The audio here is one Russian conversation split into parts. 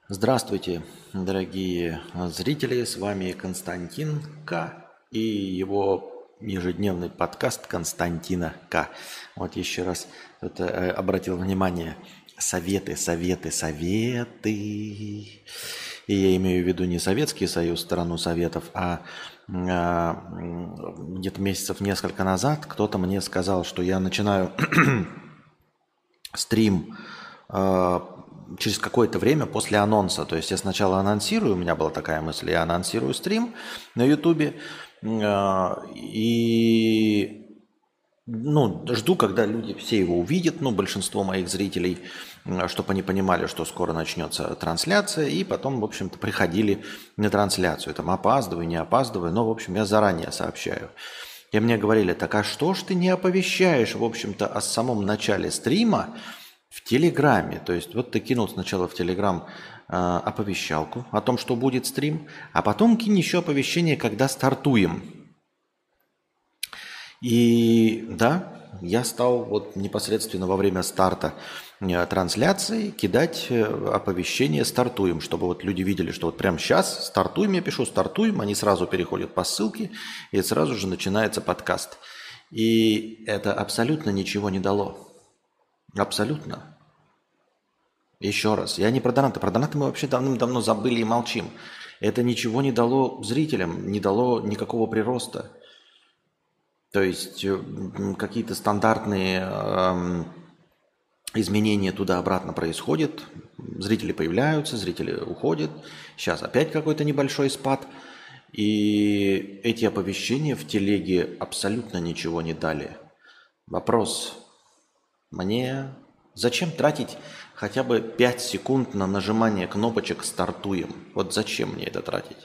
Здравствуйте, дорогие зрители, с вами Константин К. и его ежедневный подкаст Константина К. Вот еще раз обратил внимание, советы. И я имею в виду не Советский Союз, страну Советов, где-то месяцев несколько назад кто-то мне сказал, что я начинаю стрим через какое-то время после анонса. То есть я сначала анонсирую, у меня была такая мысль, я анонсирую стрим на Ютубе и жду, когда люди все его увидят, большинство моих зрителей, чтобы они понимали, что скоро начнется трансляция, и потом, в общем-то, приходили на трансляцию. Там опаздываю, не опаздываю, но, в общем, я заранее сообщаю. И мне говорили, так а что ж ты не оповещаешь, в общем-то, о самом начале стрима в Телеграме? То есть вот ты кинул сначала в Телеграм оповещалку о том, что будет стрим, а потом кинь еще оповещение, когда стартуем. И да, я стал вот непосредственно во время старта трансляции кидать оповещение «Стартуем», чтобы вот люди видели, что вот прямо сейчас стартуем, я пишу «Стартуем», они сразу переходят по ссылке, и сразу же начинается подкаст. И это абсолютно ничего не дало. Абсолютно. Еще раз, я не про донаты. Про донаты мы вообще давным-давно забыли и молчим. Это ничего не дало зрителям, не дало никакого прироста. То есть какие-то стандартные изменения туда-обратно происходят. Зрители появляются, зрители уходят. Сейчас опять какой-то небольшой спад. И эти оповещения в телеге абсолютно ничего не дали. Вопрос. Мне зачем тратить хотя бы 5 секунд на нажимание кнопочек «Стартуем»? Вот зачем мне это тратить?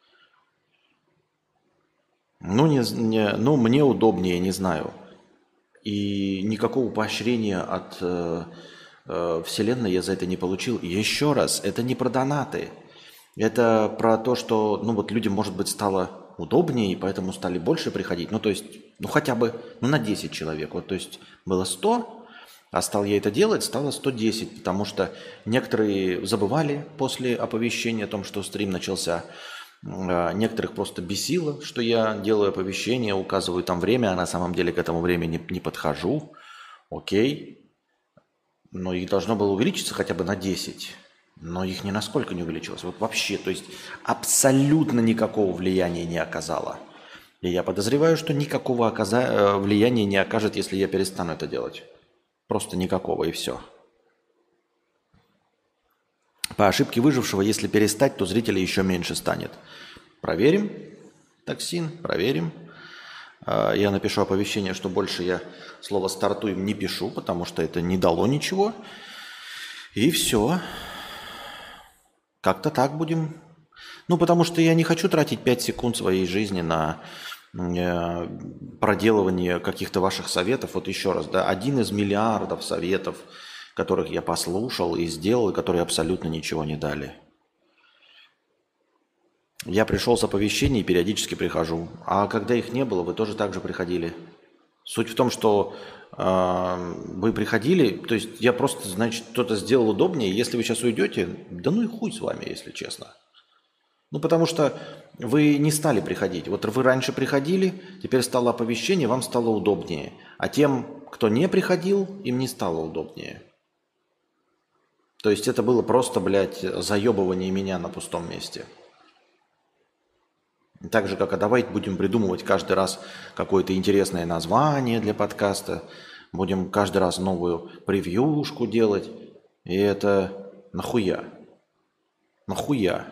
Мне удобнее, не знаю. И никакого поощрения от Вселенной я за это не получил. И еще раз, это не про донаты. Это про то, что людям, может быть, стало удобнее, и поэтому стали больше приходить. То есть, хотя бы на 10 человек. Вот, то есть было 100, а стал я это делать, стало 110, потому что некоторые забывали после оповещения о том, что стрим начался. Некоторых просто бесило, что я делаю оповещение, указываю там время, а на самом деле к этому времени не подхожу. Окей. Но их должно было увеличиться хотя бы на 10. Но их ни насколько не увеличилось. Вот вообще, то есть абсолютно никакого влияния не оказало. И я подозреваю, что никакого влияния не окажет, если я перестану это делать. Просто никакого, и все. По ошибке выжившего, если перестать, то зрителей еще меньше станет. Проверим, Токсин, проверим. Я напишу оповещение, что больше я слово «стартуем» не пишу, потому что это не дало ничего. И все. Как-то так будем. Потому что я не хочу тратить 5 секунд своей жизни на проделывание каких-то ваших советов. Вот еще раз, да, 1 из миллиардов советов, которых я послушал и сделал, и которые абсолютно ничего не дали. Я пришел с оповещений и периодически прихожу. А когда их не было, вы тоже так же приходили. Суть в том, что вы приходили, то есть я просто, значит, что-то сделал удобнее. Если вы сейчас уйдете, да и хуй с вами, если честно. Потому что вы не стали приходить. Вот вы раньше приходили, теперь стало оповещение, вам стало удобнее. А тем, кто не приходил, им не стало удобнее. То есть это было просто, заебывание меня на пустом месте. Так же, как давайте будем придумывать каждый раз какое-то интересное название для подкаста. Будем каждый раз новую превьюшку делать. И это нахуя? Нахуя?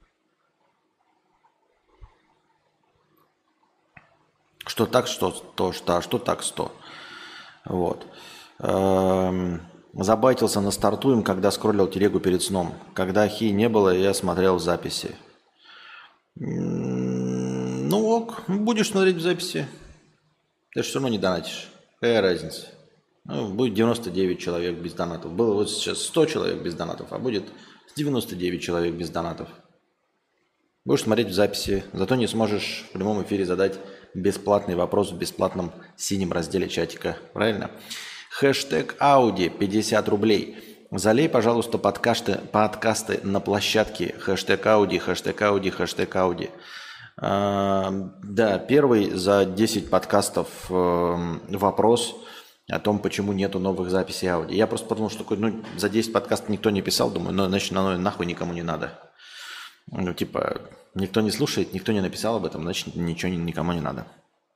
Что так, что так, 100. Вот. Забайтился на «Стартуем», когда скроллил телегу перед сном. Когда хи не было, я смотрел в записи. Ок, будешь смотреть в записи. Ты же все равно не донатишь. Какая разница? Будет 99 человек без донатов. Было вот сейчас 100 человек без донатов, а будет 99 человек без донатов. Будешь смотреть в записи, зато не сможешь в прямом эфире задать бесплатный вопрос в бесплатном синем разделе чатика. Правильно? Хэштег Ауди 50 рублей. Залей, пожалуйста, подкасты на площадке хэштег Ауди, хэштег Ауди, хэштег Ауди. Да, первый за 10 подкастов вопрос о том, почему нету новых записей Ауди. Я просто подумал, что за 10 подкастов никто не писал, думаю, значит, нахуй никому не надо. Ну, типа, никто не слушает, никто не написал об этом, значит, ничего никому не надо.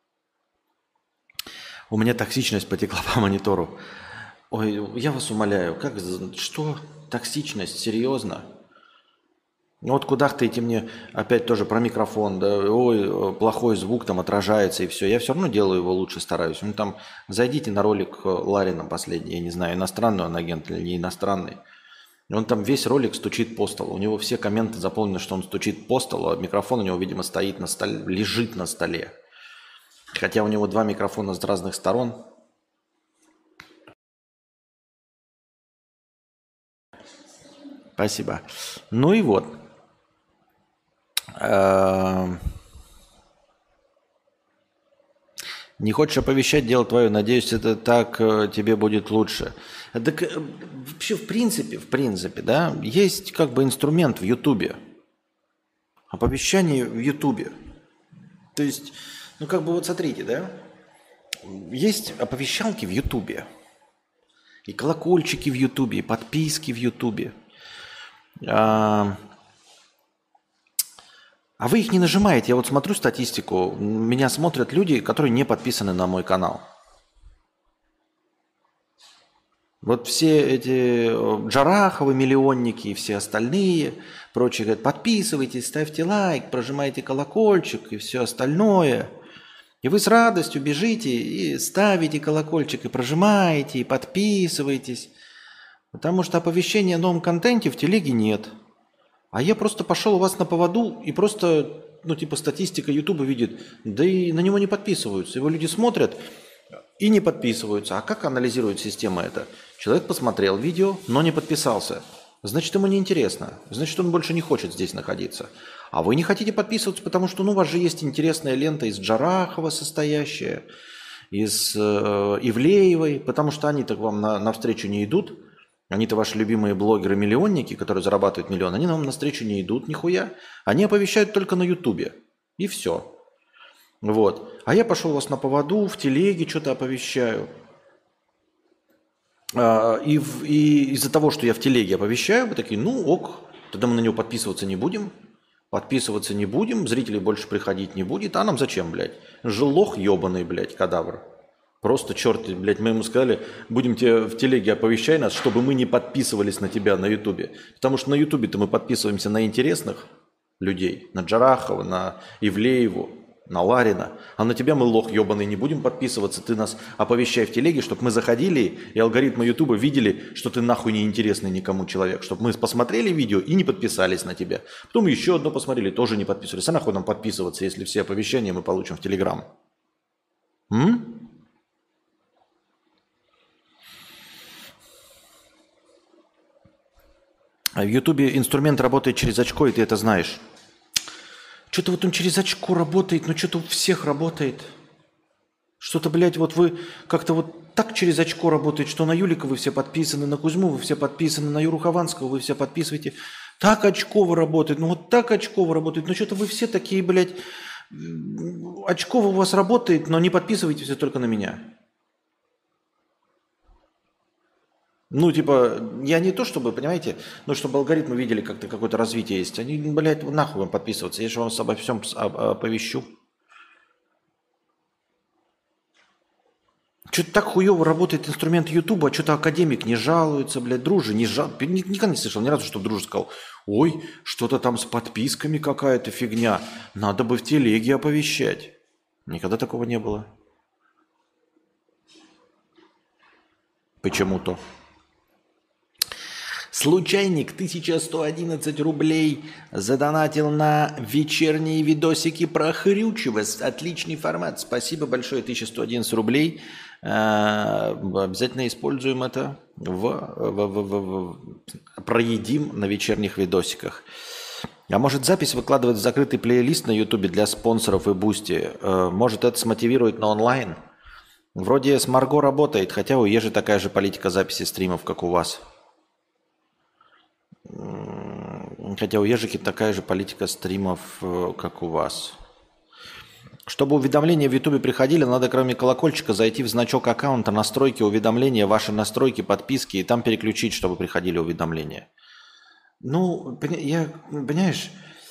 У меня токсичность потекла по монитору. Ой, я вас умоляю, что? Токсичность? Серьезно? Вот кудахтаете мне опять тоже про микрофон, да, ой, плохой звук там отражается и все. Я все равно делаю его лучше, стараюсь. Ну там зайдите на ролик Ларина последний, я не знаю, иностранный он агент или не иностранный. Он там весь ролик стучит по столу. У него все комменты заполнены, что он стучит по столу, а микрофон у него, видимо, стоит на столе, лежит на столе. Хотя у него 2 микрофона с разных сторон. Спасибо. Ну и вот. Не хочешь оповещать, дело твое. Надеюсь, это так тебе будет лучше. Так вообще, в принципе, да, есть как бы инструмент в Ютубе. Оповещание в Ютубе. То есть, ну как бы вот смотрите, да, есть оповещалки в Ютубе. И колокольчики в Ютубе, и подписки в Ютубе. А вы их не нажимаете. Я вот смотрю статистику. Меня смотрят люди, которые не подписаны на мой канал. Вот все эти Джараховы, миллионники и все остальные, прочие говорят, подписывайтесь, ставьте лайк, прожимайте колокольчик и все остальное. И вы с радостью бежите и ставите колокольчик, и прожимаете, и подписываетесь. Потому что оповещения о новом контенте в телеге нет. А я просто пошел у вас на поводу и просто, ну типа статистика Ютуба видит, да и на него не подписываются. Его люди смотрят и не подписываются. А как анализирует система это? Человек посмотрел видео, но не подписался. Значит, ему неинтересно. Значит, он больше не хочет здесь находиться. А вы не хотите подписываться, потому что у вас же есть интересная лента из Джарахова состоящая, из Ивлеевой, потому что они-то к вам навстречу не идут. Они-то ваши любимые блогеры-миллионники, которые зарабатывают миллион, они нам навстречу не идут нихуя. Они оповещают только на Ютубе. И все. Вот. А я пошел у вас на поводу, в телеге что-то оповещаю. И из-за того, что я в телеге оповещаю, вы такие, ну ок, тогда мы на него подписываться не будем. Подписываться не будем, зрителей больше приходить не будет. А нам зачем, блядь? Желох ебаный, блядь, кадавр. Просто черт, блядь, мы ему сказали, будем тебе в телеге оповещай нас, чтобы мы не подписывались на тебя на Ютубе. Потому что на Ютубе-то мы подписываемся на интересных людей. На Джарахова, на Ивлееву, на Ларина. А на тебя мы, лох ебаный, не будем подписываться. Ты нас оповещай в телеге, чтобы мы заходили и алгоритмы Ютуба видели, что ты нахуй не интересный никому человек. Чтобы мы посмотрели видео и не подписались на тебя. Потом еще одно посмотрели, тоже не подписывались. А нахуй нам подписываться, если все оповещания мы получим в Телеграм? А в Ютубе инструмент работает через очко, и ты это знаешь. Что-то вот он через очко работает, но что-то у всех работает. Что-то, блядь, вот вы как-то вот так через очко работает, что на Юлика вы все подписаны, на Кузьму вы все подписаны, на Юру Хованского вы все подписываете. Так очково работает, ну вот так очково работает. Ну что-то вы все такие, блядь, очково у вас работает, но не подписывайтесь все только на меня. Ну, типа, я не то чтобы, понимаете, но чтобы алгоритмы видели, как-то какое-то развитие есть. Они, блядь, нахуй вам подписываться, я же вам обо всем оповещу. Что-то так хуево работает инструмент Ютуба, а что-то академик не жалуется, блядь, дружи, не жалуется. Никогда не слышал ни разу, чтобы дружи сказал, ой, что-то там с подписками какая-то фигня, надо бы в телеге оповещать. Никогда такого не было. Почему-то. Случайник 1111 рублей задонатил на вечерние видосики про Хрючева. Отличный формат. Спасибо большое, 1111 рублей. Обязательно используем это. Проедим на вечерних видосиках. А может запись выкладывать в закрытый плейлист на Ютубе для спонсоров и Бусти? Может это смотивирует на онлайн? Вроде с Марго работает, хотя у Ежи такая же политика записи стримов, как у вас. Хотя у Ежики такая же политика стримов, как у вас. Чтобы уведомления в Ютубе приходили, надо кроме колокольчика зайти в значок аккаунта, настройки, уведомления, ваши настройки, подписки, и там переключить, чтобы приходили уведомления. Ну, понимаешь,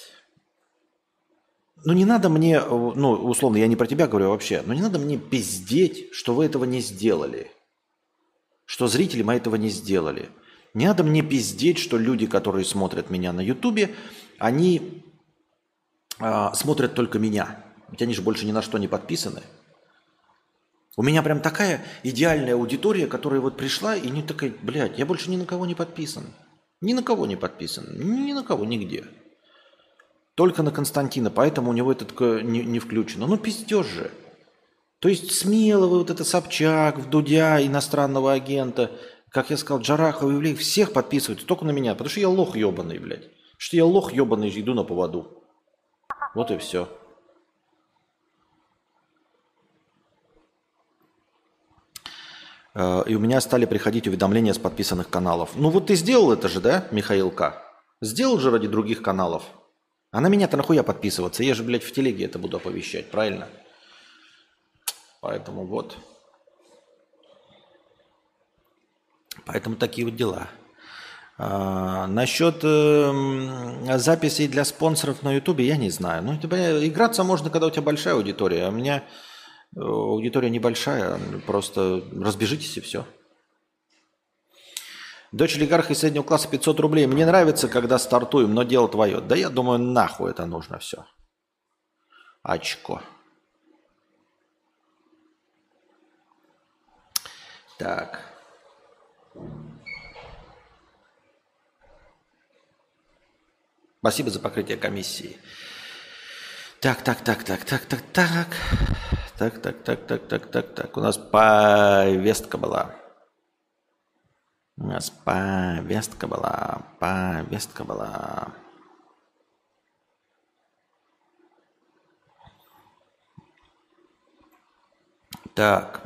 ну не надо мне, ну условно, я не про тебя говорю вообще, но не надо мне пиздеть, что вы этого не сделали, что зрители мои этого не сделали. Не надо мне пиздеть, что люди, которые смотрят меня на Ютубе, они смотрят только меня. Ведь они же больше ни на что не подписаны. У меня прям такая идеальная аудитория, которая вот пришла и не такая, блядь, я больше ни на кого не подписан. Ни на кого не подписан. Ни на кого, нигде. Только на Константина, поэтому у него это не включено. Ну пиздеж же. То есть смело вы вот это Собчак, Вдудя, иностранного агента, как я сказал, Джарахов, Ивлеев, всех подписываются, только на меня, потому что я лох ебаный, блядь. Что я лох ебаный, иду на поводу. Вот и все. И у меня стали приходить уведомления с подписанных каналов. Ну вот ты сделал это же, да, Михаил К? Сделал же ради других каналов. А на меня-то нахуя подписываться? Я же, блядь, в телеге это буду оповещать, правильно? Поэтому вот. Поэтому такие вот дела. Насчет записей для спонсоров на Ютубе я не знаю. Ну, играться можно, когда у тебя большая аудитория. А у меня аудитория небольшая. Просто разбежитесь и все. Дочь олигарха из среднего класса 500 рублей. Мне нравится, когда стартуем, но дело твое. Да я думаю, нахуй это нужно все. Очко. Так. Спасибо за покрытие комиссии. Так. У нас повестка была. Так.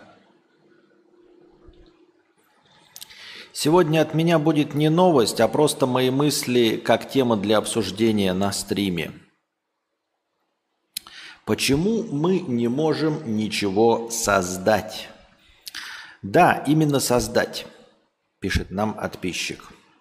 Сегодня от меня будет не новость, а просто мои мысли как тема для обсуждения на стриме. Почему мы не можем ничего создать? Да, именно создать, пишет нам подписчик.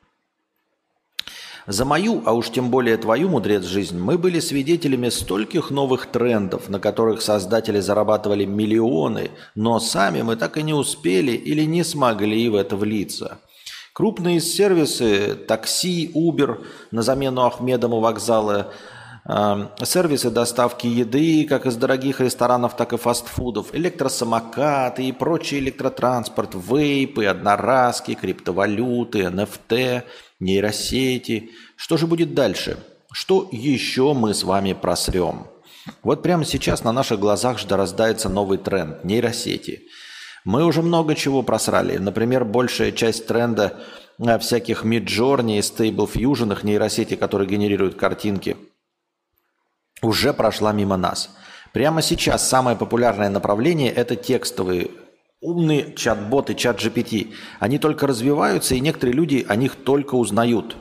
За мою, а уж тем более твою, мудрец, жизнь, мы были свидетелями стольких новых трендов, на которых создатели зарабатывали миллионы, но сами мы так и не успели или не смогли в это влиться. Крупные сервисы, такси, Uber на замену Ахмедому вокзала, сервисы доставки еды, как из дорогих ресторанов, так и фастфудов, электросамокаты и прочий электротранспорт, вейпы, одноразки, криптовалюты, NFT, нейросети. Что же будет дальше? Что еще мы с вами просрем? Вот прямо сейчас на наших глазах же рождается новый тренд – нейросети. Мы уже много чего просрали. Например, большая часть тренда всяких Midjourney и Stable Diffusion нейросети, которые генерируют картинки, уже прошла мимо нас. Прямо сейчас самое популярное направление – это текстовые умные чат-боты, чат GPT. Они только развиваются, и некоторые люди о них только узнают.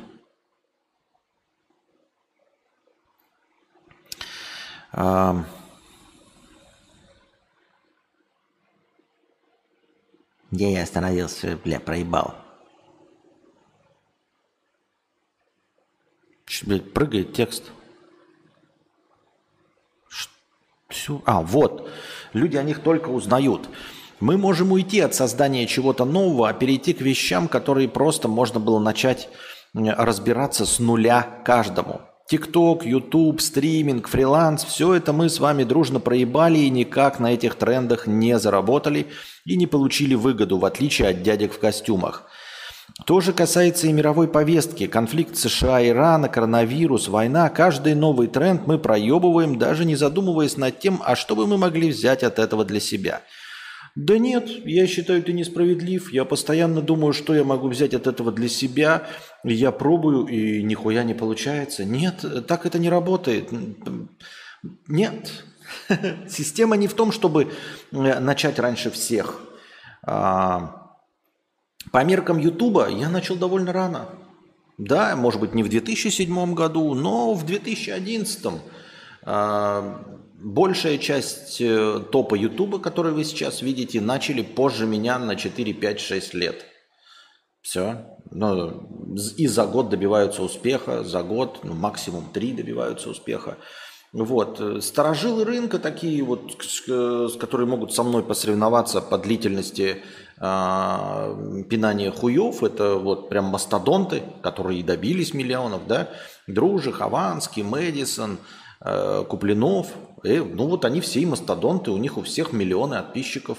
Где я остановился? Бля, проебал. Блядь, прыгает текст. Вот. Люди о них только узнают. Мы можем уйти от создания чего-то нового, а перейти к вещам, которые просто можно было начать разбираться с нуля каждому. ТикТок, Ютуб, стриминг, фриланс – все это мы с вами дружно проебали и никак на этих трендах не заработали и не получили выгоду, в отличие от дядек в костюмах. То же касается и мировой повестки. Конфликт США, Ирана, коронавирус, война. Каждый новый тренд мы проебываем, даже не задумываясь над тем, а что бы мы могли взять от этого для себя. Да нет, я считаю, ты несправедлив. Я постоянно думаю, что я могу взять от этого для себя. Я пробую, и нихуя не получается. Нет, так это не работает. Нет. Система не в том, чтобы начать раньше всех. По меркам Ютуба я начал довольно рано. Да, может быть, не в 2007 году, но в 2011 большая часть топа Ютуба, который вы сейчас видите, начали позже меня на 4, 5, 6 лет. Все. Ну, и за год добиваются успеха, за год, ну, максимум 3 добиваются успеха. Вот. Старожилы рынка такие вот, которые могут со мной посоревноваться по длительности пинания хуев, это вот прям мастодонты, которые и добились миллионов, да, Дружи, Хованский, Мэдисон, Куплинов, ну вот они все и мастодонты, у них у всех миллионы подписчиков.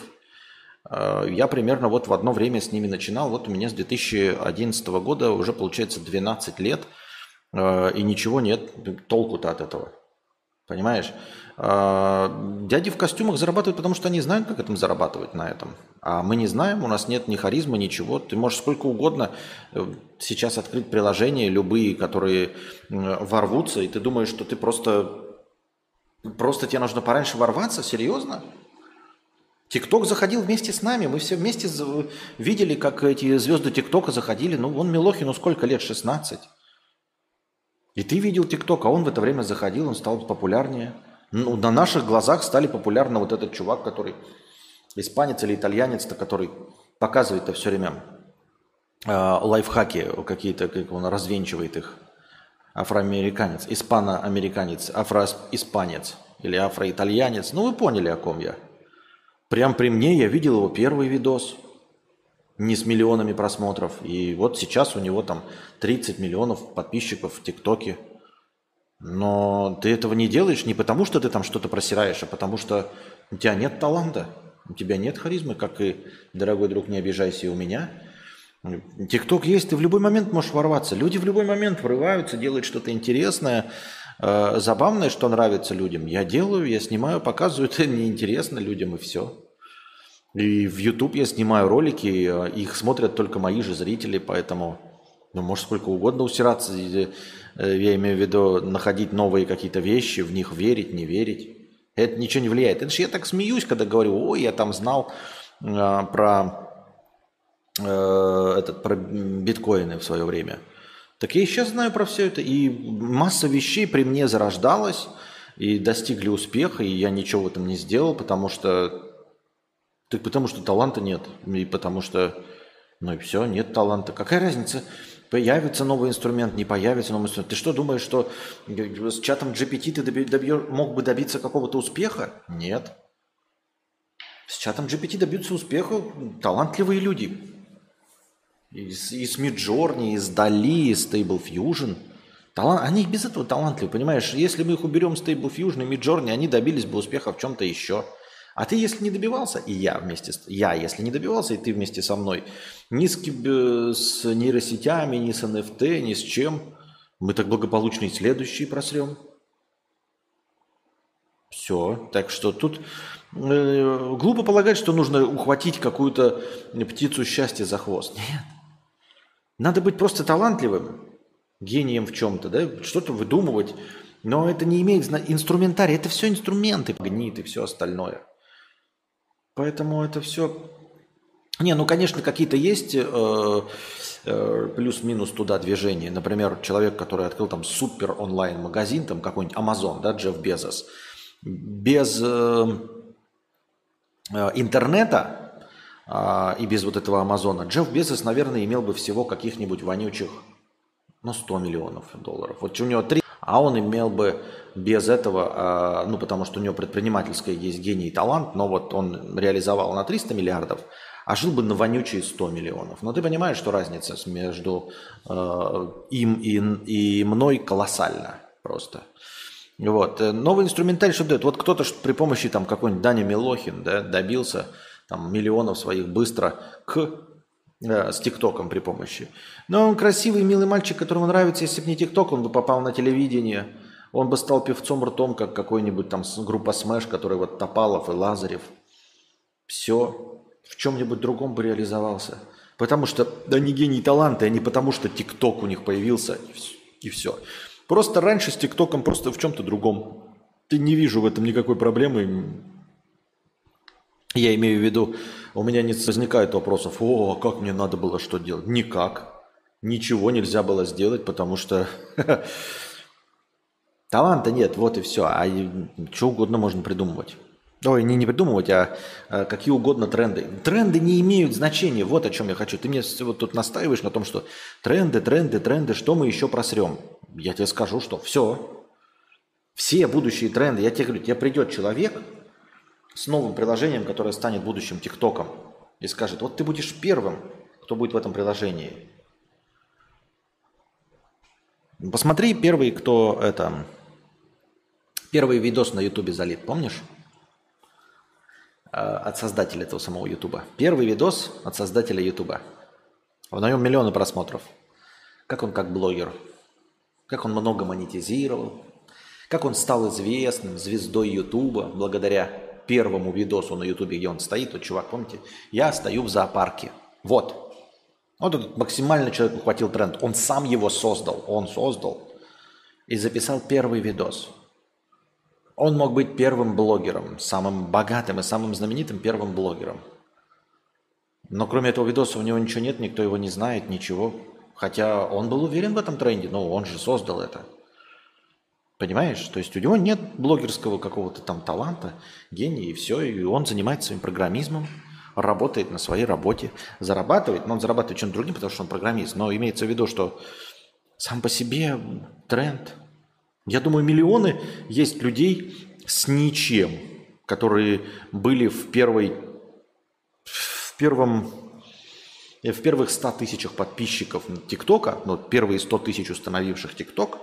Я примерно вот в одно время с ними начинал, вот у меня с 2011 года уже получается 12 лет, и ничего нет, толку-то от этого. Понимаешь? Дяди в костюмах зарабатывают, потому что они знают, как этим зарабатывать на этом. А мы не знаем, у нас нет ни харизмы, ничего. Ты можешь сколько угодно сейчас открыть приложения, любые, которые ворвутся, и ты думаешь, что ты просто тебе нужно пораньше ворваться? Серьезно? ТикТок заходил вместе с нами, мы все вместе видели, как эти звезды ТикТока заходили. Ну, вон Милохину сколько лет? 16. И ты видел ТикТок, а он в это время заходил, он стал популярнее. Ну, на наших глазах стали популярны вот этот чувак, который испанец или итальянец-то, который показывает-то все время лайфхаки какие-то, как он развенчивает их. Афроамериканец, испаноамериканец, афроиспанец или афроитальянец. Ну, вы поняли, о ком я. Прям при мне я видел его первый видос. Не с миллионами просмотров. И вот сейчас у него там 30 миллионов подписчиков в ТикТоке. Но ты этого не делаешь не потому, что ты там что-то просираешь, а потому что у тебя нет таланта, у тебя нет харизмы, как и, дорогой друг, не обижайся, и у меня. ТикТок есть, ты в любой момент можешь ворваться. Люди в любой момент врываются, делают что-то интересное, забавное, что нравится людям. Я делаю, я снимаю, показываю, это неинтересно людям, и все. И в YouTube я снимаю ролики, их смотрят только мои же зрители, поэтому, ну, можешь сколько угодно усираться. Я имею в виду находить новые какие-то вещи, в них верить, не верить. Это ничего не влияет. Это же я так смеюсь, когда говорю, ой, я там знал про биткоины в свое время. Так я и сейчас знаю про все это. И масса вещей при мне зарождалась и достигли успеха, и я ничего в этом не сделал, потому что таланта нет. И потому что, ну и все, нет таланта. Какая разница, появится новый инструмент, не появится новый инструмент? Ты что, думаешь, что с чатом GPT ты мог бы добиться какого-то успеха? Нет. С чатом GPT добьются успеха талантливые люди. И с Midjourney, и с DALL-E, и с Stable Diffusion. Они и без этого талантливы, понимаешь? Если мы их уберем Stable Diffusion и Midjourney, они добились бы успеха в чем-то еще. А ты, если не добивался, и если не добивался, и ты вместе со мной, ни с нейросетями, ни с NFT, ни с чем, мы так благополучно и следующие просрем. Все. Так что тут глупо полагать, что нужно ухватить какую-то птицу счастья за хвост. Нет. Надо быть просто талантливым, гением в чем-то, да, что-то выдумывать. Но это не имеет инструментария. Это все инструменты, гнит и все остальное. Поэтому это все... Не, ну, конечно, какие-то есть плюс-минус туда движения. Например, человек, который открыл там супер онлайн-магазин, там какой-нибудь Amazon, да, Джефф Безос. Без интернета и без вот этого Амазона Джефф Безос, наверное, имел бы всего каких-нибудь вонючих, 100 миллионов долларов. Вот у него 3, а он имел бы без этого, потому что у него предпринимательское есть гений и талант, но вот он реализовал на 300 миллиардов, а жил бы на вонючие 100 миллионов. Но ты понимаешь, что разница между им и мной колоссальна просто. Вот. Новый инструментарий что дает? Вот кто-то при помощи там какой-нибудь Даня Милохин, да, добился там миллионов своих быстро с ТикТоком при помощи. Но он красивый, милый мальчик, которому нравится. Если бы не ТикТок, он бы попал на телевидение. Он бы стал певцом ртом, как какой-нибудь там группа Смэш, который вот Топалов и Лазарев. Все. В чем-нибудь другом бы реализовался. Потому что они гении таланта, а не потому что ТикТок у них появился. И все. Просто раньше с ТикТоком просто в чем-то другом. Ты не вижу в этом никакой проблемы. Я имею в виду, у меня не возникает вопросов, как мне надо было что делать. Никак. ничего нельзя было сделать, потому что таланта нет, вот и все. А что угодно можно придумывать. Ой, не придумывать, какие угодно тренды. Тренды не имеют значения, вот о чем я хочу. Ты мне вот тут настаиваешь на том, что тренды, что мы еще просрем? Я тебе скажу, что все будущие тренды, я тебе говорю, тебе придет человек с новым приложением, которое станет будущим ТикТоком, и скажет, вот ты будешь первым, кто будет в этом приложении. Посмотри первый видос на Ютубе залит, помнишь? От создателя этого самого Ютуба. Первый видос от создателя Ютуба. В нем миллионы просмотров. Как он как блогер. Как он много монетизировал. Как он стал известным, звездой Ютуба, благодаря первому видосу на Ютубе, где он стоит. Вот чувак, помните? Я стою в зоопарке. Вот. Вот этот максимально человек ухватил тренд. Он сам его создал. Он создал. И записал первый видос. Он мог быть первым блогером, самым богатым и самым знаменитым первым блогером. Но кроме этого видоса у него ничего нет, никто его не знает, ничего. Хотя он был уверен в этом тренде, но он же создал это. Понимаешь? То есть у него нет блогерского какого-то там таланта, гения и все. И он занимается своим программизмом, работает на своей работе, зарабатывает. Но он зарабатывает чем-то другим, потому что он программист. Но имеется в виду, что сам по себе тренд. Я думаю, миллионы есть людей с ничем, которые были в первых 100 тысячах подписчиков ТикТока, ну, первые 100 тысяч установивших ТикТок.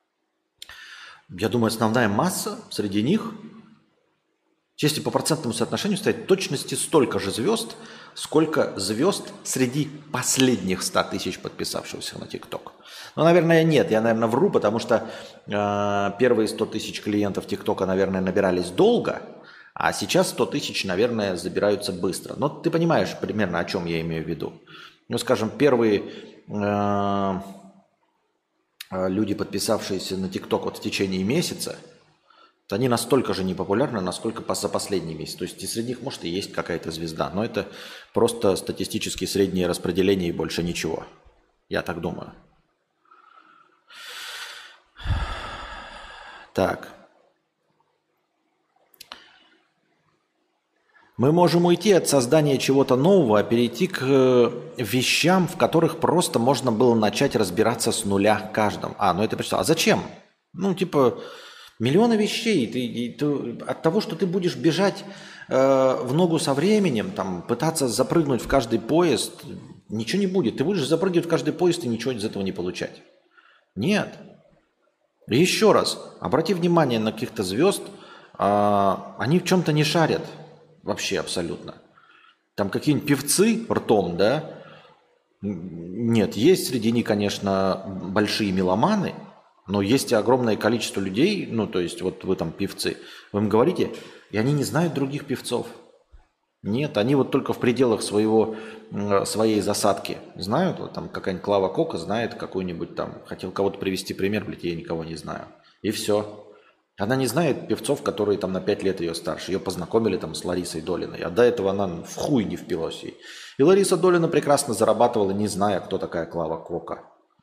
Я думаю, основная масса среди них, если по процентному соотношению стоять, в точности столько же звезд, сколько звезд среди последних 100 тысяч подписавшихся на ТикТок. Ну, наверное, нет. Я, наверное, вру, потому что первые 100 тысяч клиентов ТикТока, наверное, набирались долго, а сейчас 100 тысяч, наверное, забираются быстро. Но ты понимаешь примерно, о чем я имею в виду. Ну, скажем, первые люди, подписавшиеся на ТикТок вот в течение месяца, они настолько же непопулярны, насколько за последний месяц. То есть и среди них, может, и есть какая-то звезда. Но это просто статистически среднее распределение и больше ничего. Я так думаю. Так. Мы можем уйти от создания чего-то нового, а перейти к вещам, в которых просто можно было начать разбираться с нуля каждым. Ну это прочитал. А зачем? Ну, типа, миллионы вещей. От того, что ты будешь бежать в ногу со временем, там, пытаться запрыгнуть в каждый поезд, ничего не будет. Ты будешь запрыгивать в каждый поезд и ничего из этого не получать. Нет. Еще раз, обрати внимание на каких-то звезд, они в чем-то не шарят вообще абсолютно. Там какие-нибудь певцы ртом, да? Нет, есть среди них, конечно, большие меломаны, но есть и огромное количество людей, ну, то есть вот вы там певцы, вы им говорите, и они не знают других певцов. Нет, они вот только в пределах своей засадки знают. Вот там какая-нибудь Клава Кока знает какой-нибудь там. Хотел кого-то привести пример, я никого не знаю. И все. Она не знает певцов, которые там на 5 лет ее старше. Ее познакомили там с Ларисой Долиной. А до этого она в хуй не впилась ей. И Лариса Долина прекрасно зарабатывала, не зная, кто такая Клава Кока.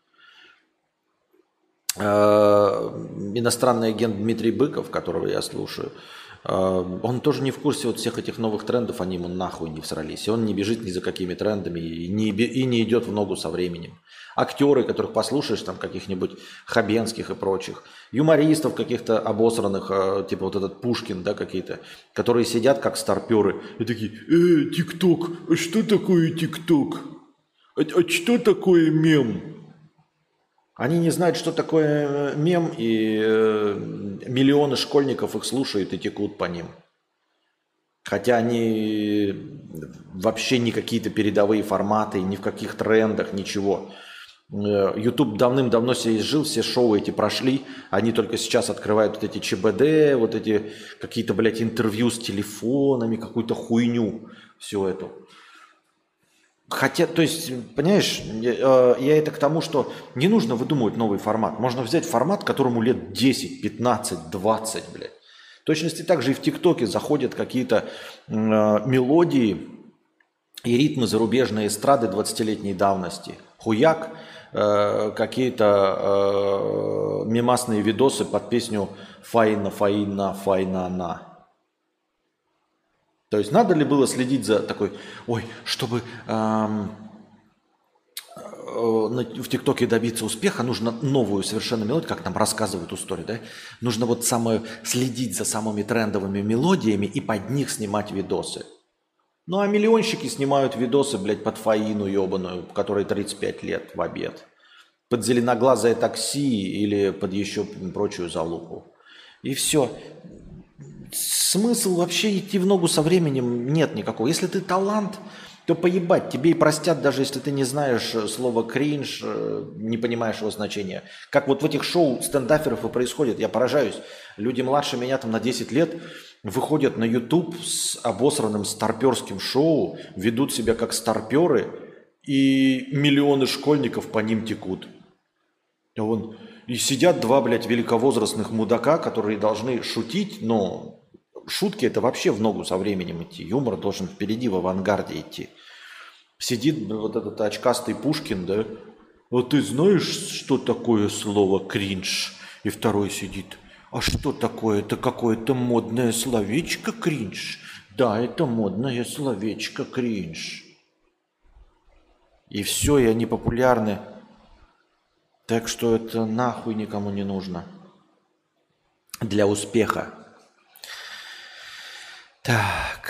Иностранный агент Дмитрий Быков, которого я слушаю, он тоже не в курсе вот всех этих новых трендов, они ему нахуй не всрались. И он не бежит ни за какими трендами и не идет в ногу со временем. Актеры, которых послушаешь, там каких-нибудь Хабенских и прочих, юмористов каких-то обосранных, типа вот этот Пушкин, да, какие-то, которые сидят как старперы и такие, ТикТок, а что такое ТикТок? А что такое мем? Они не знают, что такое мем, и миллионы школьников их слушают и текут по ним. Хотя они вообще не какие-то передовые форматы, ни в каких трендах, ничего. YouTube давным-давно себе изжил, все шоу эти прошли, они только сейчас открывают вот эти ЧБД, вот эти какие-то, блядь, интервью с телефонами, какую-то хуйню, всю эту. Хотя, то есть, понимаешь, я это к тому, что не нужно выдумывать новый формат. Можно взять формат, которому лет 10, 15, 20, блядь. В точности так же и в ТикТоке заходят какие-то мелодии и ритмы зарубежной эстрады 20-летней давности. Хуяк, какие-то мемасные видосы под песню «Фаина, Фаина, Файна-на». То есть надо ли было следить за такой, ой, чтобы в ТикТоке добиться успеха, нужно новую совершенно мелодию, как нам рассказывают историю, да? Нужно вот следить за самыми трендовыми мелодиями и под них снимать видосы. Ну а миллионщики снимают видосы, блядь, под Фаину ебаную, которой 35 лет в обед. Под зеленоглазое такси или под еще прочую залупу. И все. Смысл вообще идти в ногу со временем нет никакого. Если ты талант, то поебать, тебе и простят, даже если ты не знаешь слово кринж, не понимаешь его значения. Как вот в этих шоу стендаперов и происходит, я поражаюсь. Люди младше меня там на 10 лет выходят на YouTube с обосранным старперским шоу, ведут себя как старперы, и миллионы школьников по ним текут. И сидят два, блядь, великовозрастных мудака, которые должны шутить, но шутки это вообще в ногу со временем идти. Юмор должен впереди в авангарде идти. Сидит вот этот очкастый Пушкин, да? А ты знаешь, что такое слово кринж? И второй сидит. А что такое? Это какое-то модное словечко кринж? Да, это модное словечко кринж. И все, и они популярны. Так что это нахуй никому не нужно. Для успеха. Так.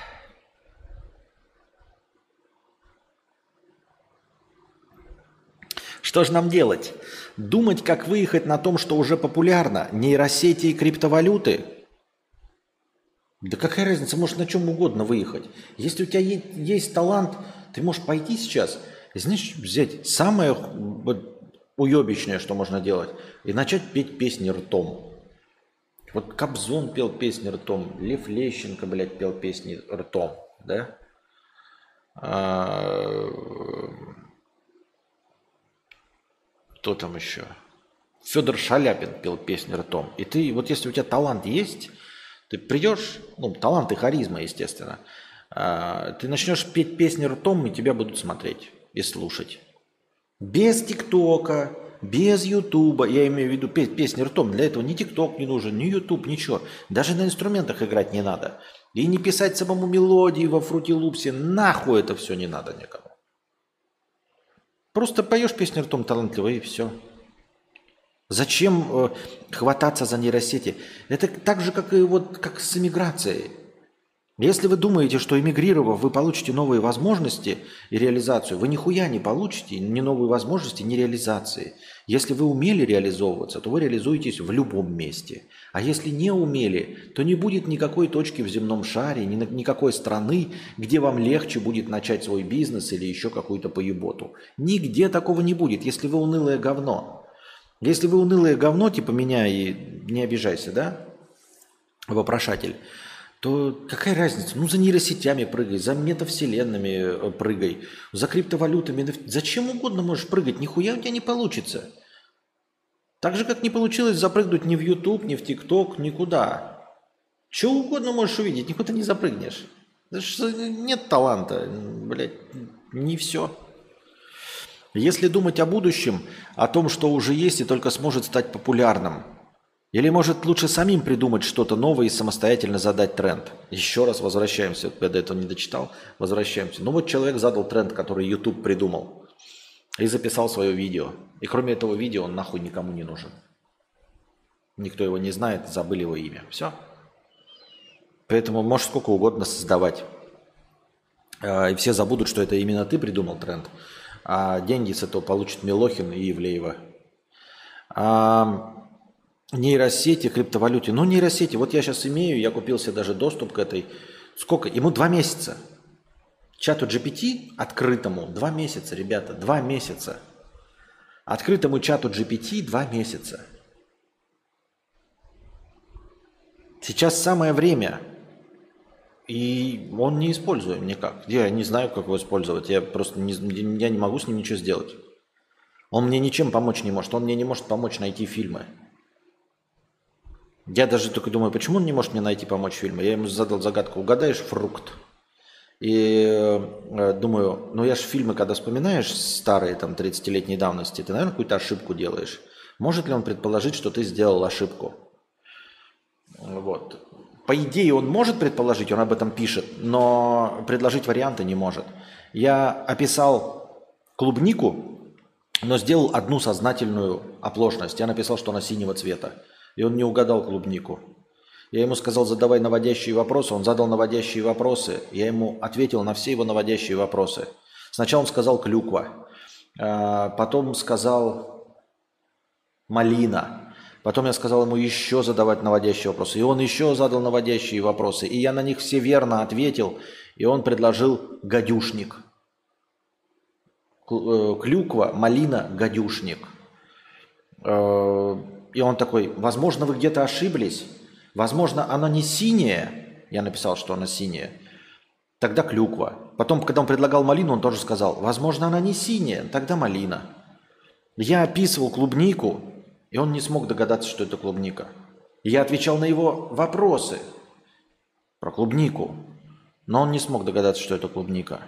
Что же нам делать? Думать, как выехать на том, что уже популярно? Нейросети и криптовалюты? Да какая разница, можешь на чем угодно выехать. Если у тебя есть талант, ты можешь пойти сейчас, знаешь, взять самое уебищное, что можно делать, и начать петь песни ртом. Вот Кобзон пел песни ртом, Лев Лещенко, блядь, пел песни ртом, да? Кто там еще? Федор Шаляпин пел песни ртом. И ты, вот если у тебя талант есть, ты придешь, ну, талант и харизма, естественно, ты начнешь петь песни ртом, и тебя будут смотреть и слушать. Без ТикТока, без Ютуба, я имею в виду песни ртом, для этого ни ТикТок не нужен, ни Ютуб, ничего. Даже на инструментах играть не надо. И не писать самому мелодии во фрутилупсе, нахуй это все не надо никому. Просто поешь песню ртом талантливо и все. Зачем хвататься за нейросети? Это так же, как и вот как с эмиграцией. Если вы думаете, что эмигрировав, вы получите новые возможности и реализацию, вы нихуя не получите, ни новые возможности, ни реализации. Если вы умели реализовываться, то вы реализуетесь в любом месте. А если не умели, то не будет никакой точки в земном шаре, никакой страны, где вам легче будет начать свой бизнес или еще какую-то поеботу. Нигде такого не будет, если вы унылое говно. Если вы унылое говно, типа меня, и не обижайся, да, вопрошатель, то какая разница? Ну, за нейросетями прыгай, за метавселенными прыгай, за криптовалютами. Зачем угодно можешь прыгать, нихуя у тебя не получится. Так же, как не получилось запрыгнуть ни в YouTube, ни в TikTok, никуда. Чего угодно можешь увидеть, никуда не запрыгнешь. Нет таланта, блядь, не все. Если думать о будущем, о том, что уже есть и только сможет стать популярным, или, может, лучше самим придумать что-то новое и самостоятельно задать тренд? Еще раз возвращаемся, я до этого не дочитал, возвращаемся. Ну вот человек задал тренд, который YouTube придумал, и записал свое видео. И кроме этого видео он нахуй никому не нужен. Никто его не знает, забыли его имя. Все. Поэтому можешь сколько угодно создавать. И все забудут, что это именно ты придумал тренд. А деньги с этого получат Милохин и Ивлеева. Нейросети, криптовалюте. Ну, нейросети. Вот я сейчас имею, я купил себе даже доступ к этой. Сколько? Ему 2 месяца. Чату GPT открытому 2 месяца, ребята. 2 месяца. Открытому чату GPT 2 месяца. Сейчас самое время. И он не используем никак. Я не знаю, как его использовать. Я просто я не могу с ним ничего сделать. Он мне ничем помочь не может. Он мне не может помочь найти фильмы. Я даже только думаю, почему он не может мне помочь фильмы. Я ему задал загадку. Угадаешь фрукт? И думаю, ну я же фильмы, когда вспоминаешь старые, там, 30-летней давности, ты, наверное, какую-то ошибку делаешь. Может ли он предположить, что ты сделал ошибку? Вот. По идее, он может предположить, он об этом пишет, но предложить варианты не может. Я описал клубнику, но сделал одну сознательную оплошность. Я написал, что она синего цвета. И он не угадал клубнику. Я ему сказал, задавай наводящие вопросы. Он задал наводящие вопросы. Я ему ответил на все его наводящие вопросы. Сначала он сказал клюква. Потом сказал малина. Потом я сказал ему еще задавать наводящие вопросы. И он еще задал наводящие вопросы. И я на них все верно ответил. И он предложил гадюшник. Клюква, малина, гадюшник. И он такой, возможно, вы где-то ошиблись. Возможно, она не синяя. Я написал, что она синяя. Тогда клюква. Потом, когда он предлагал малину, он тоже сказал, возможно, она не синяя. Тогда малина. Я описывал клубнику, и он не смог догадаться, что это клубника. Я отвечал на его вопросы про клубнику, но он не смог догадаться, что это клубника.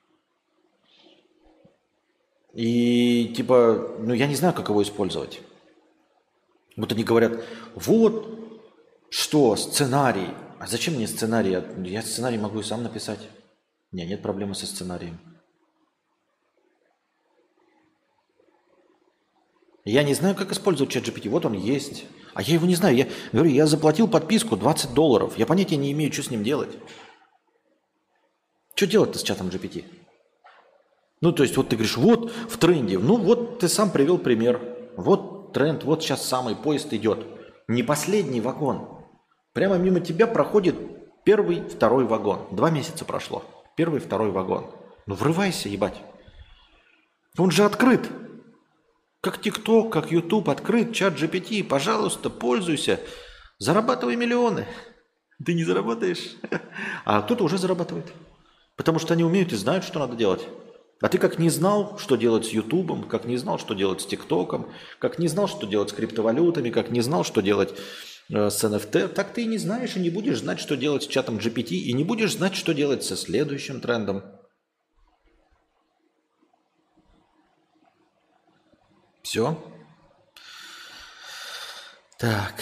И типа, ну я не знаю, как его использовать. Вот они говорят, вот что, сценарий. А зачем мне сценарий? Я сценарий могу и сам написать. У меня нет проблемы со сценарием. Я не знаю, как использовать ChatGPT. Вот он есть. А я его не знаю. Я говорю, я заплатил подписку $20. Я понятия не имею, что с ним делать. Что делать-то с чатом GPT? Ну, то есть, вот ты говоришь, вот в тренде. Ну, вот ты сам привел пример. Вот тренд, вот сейчас самый поезд идет. Не последний вагон. Прямо мимо тебя проходит первый, второй вагон. 2 месяца прошло. Первый, второй вагон. Ну, врывайся, ебать. Он же открыт. Как TikTok, как YouTube открыт, чат GPT. Пожалуйста, пользуйся. Зарабатывай миллионы. Ты не заработаешь. А кто-то уже зарабатывает. Потому что они умеют и знают, что надо делать. А ты как не знал, что делать с Ютубом, как не знал, что делать с ТикТоком, как не знал, что делать с криптовалютами, как не знал, что делать с NFT, так ты и не знаешь, и не будешь знать, что делать с чатом GPT, и не будешь знать, что делать со следующим трендом. Все. Так.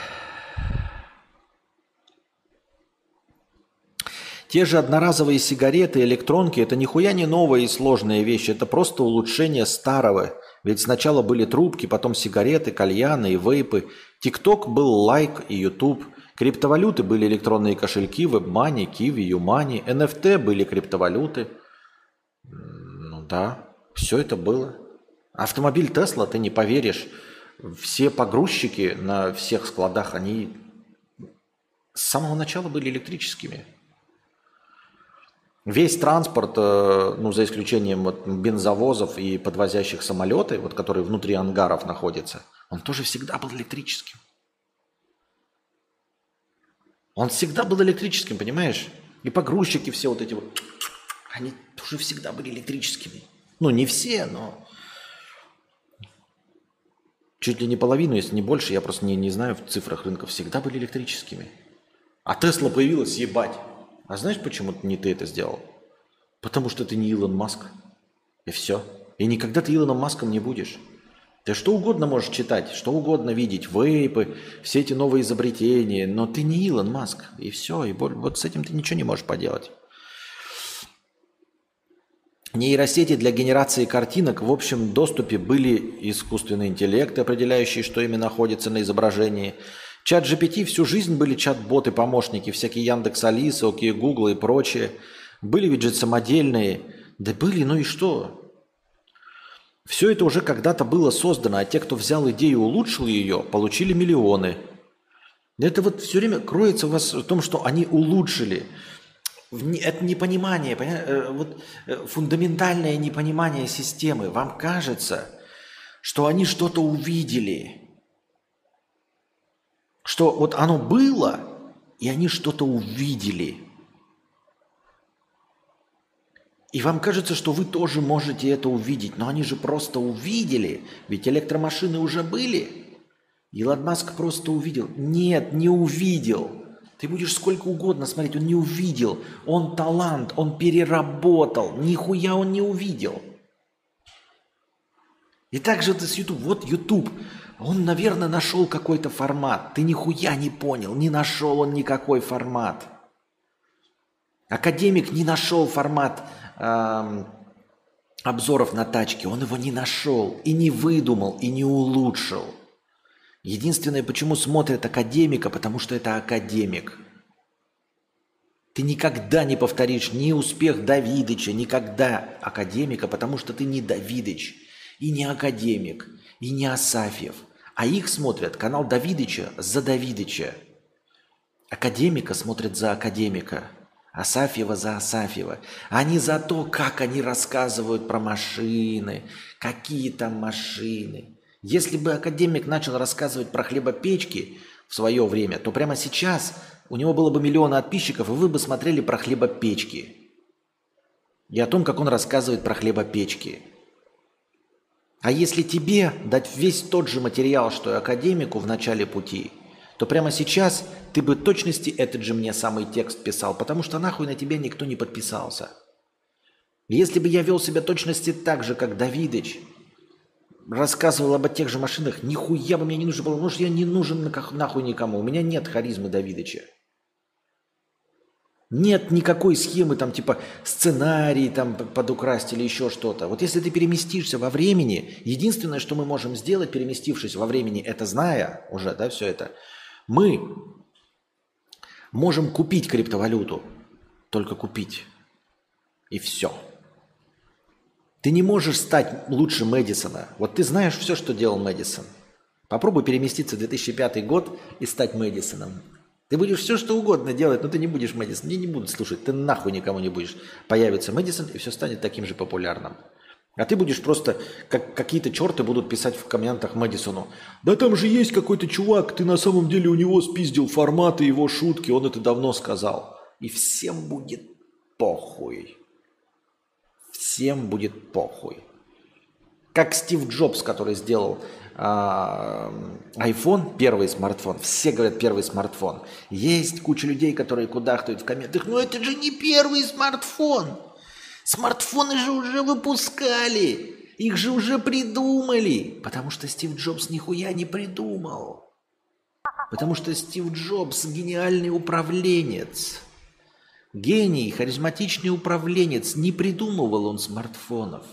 Те же одноразовые сигареты, электронки – это нихуя не новая и сложная вещь, это просто улучшение старого. Ведь сначала были трубки, потом сигареты, кальяны и вейпы. ТикТок был лайк и Ютуб. Криптовалюты были электронные кошельки, WebMoney, Kiwi, YouMoney. NFT были криптовалюты. Ну да, все это было. Автомобиль Тесла, ты не поверишь, все погрузчики на всех складах, они с самого начала были электрическими. Весь транспорт, ну, за исключением вот бензовозов и подвозящих самолеты, вот, которые внутри ангаров находятся, он тоже всегда был электрическим. Он всегда был электрическим, понимаешь? И погрузчики все вот эти вот, они тоже всегда были электрическими. Ну, не все, но чуть ли не половину, если не больше, я просто не знаю в цифрах рынка, всегда были электрическими. А Тесла появилась, ебать. А знаешь, почему не ты это сделал? Потому что ты не Илон Маск. И все. И никогда ты Илоном Маском не будешь. Ты что угодно можешь читать, что угодно видеть, вейпы, все эти новые изобретения, но ты не Илон Маск. И все. И вот с этим ты ничего не можешь поделать. Нейросети для генерации картинок в общем доступе были искусственные интеллекты, определяющие, что именно находится на изображении. Чат GPT всю жизнь были чат-боты, помощники, всякие Яндекс, Алиса, Окей, Гугл и прочее. Были ведь же самодельные. Да были, ну и что? Все это уже когда-то было создано, а те, кто взял идею и улучшил ее, получили миллионы. Это вот все время кроется у вас в том, что они улучшили. Это непонимание, вот фундаментальное непонимание системы. Вам кажется, что они что-то увидели. Что вот оно было, и они что-то увидели. И вам кажется, что вы тоже можете это увидеть, но они же просто увидели, ведь электромашины уже были. Илон Маск просто увидел. Нет, не увидел. Ты будешь сколько угодно смотреть, он не увидел. Он талант, он переработал. Нихуя он не увидел. И так же ты с YouTube. Вот YouTube. Он, наверное, нашел какой-то формат. Ты нихуя не понял. Не нашел он никакой формат. Академик не нашел формат обзоров на тачки. Он его не нашел. И не выдумал, и не улучшил. Единственное, почему смотрят академика, потому что это академик. Ты никогда не повторишь ни успех Давидыча, никогда академика, потому что ты не Давидыч, и не академик, и не Асафьев. А их смотрят канал Давидыча за Давидыча. Академика смотрят за академика, Асафьева за Асафьева. А не за то, как они рассказывают про машины, какие там машины. Если бы академик начал рассказывать про хлебопечки в свое время, то прямо сейчас у него было бы миллионы подписчиков, и вы бы смотрели про хлебопечки. И о том, как он рассказывает про хлебопечки. А если тебе дать весь тот же материал, что и академику в начале пути, то прямо сейчас ты бы в точности этот же мне самый текст писал, потому что нахуй на тебя никто не подписался. Если бы я вел себя точности так же, как Давидыч, рассказывал об тех же машинах, нихуя бы мне не нужно было, потому что я не нужен нахуй никому. У меня нет харизмы Давидыча. Нет никакой схемы, там типа сценарий там подукрасть или еще что-то. Вот если ты переместишься во времени, единственное, что мы можем сделать, переместившись во времени, это зная уже, да, все это, мы можем купить криптовалюту, только купить, и все. Ты не можешь стать лучше Мэдисона. Вот ты знаешь все, что делал Мэдисон. Попробуй переместиться в 2005 год и стать Мэдисоном. Ты будешь все, что угодно делать, но ты не будешь Мэдисон. Мне не будут слушать, ты нахуй никому не будешь. Появится Мэдисон, и все станет таким же популярным. А ты будешь просто, как какие-то черты будут писать в комментах Мэдисону. Да там же есть какой-то чувак, ты на самом деле у него спиздил форматы, его шутки, он это давно сказал. И всем будет похуй. Всем будет похуй. Как Стив Джобс, который сделал iPhone, первый смартфон. Все говорят, первый смартфон. Есть куча людей, которые кудахтают в комментах. Но это же не первый смартфон. Смартфоны же уже выпускали. Их же уже придумали. Потому что Стив Джобс нихуя не придумал. Потому что Стив Джобс гениальный управленец. Гений, харизматичный управленец. Не придумывал он смартфонов.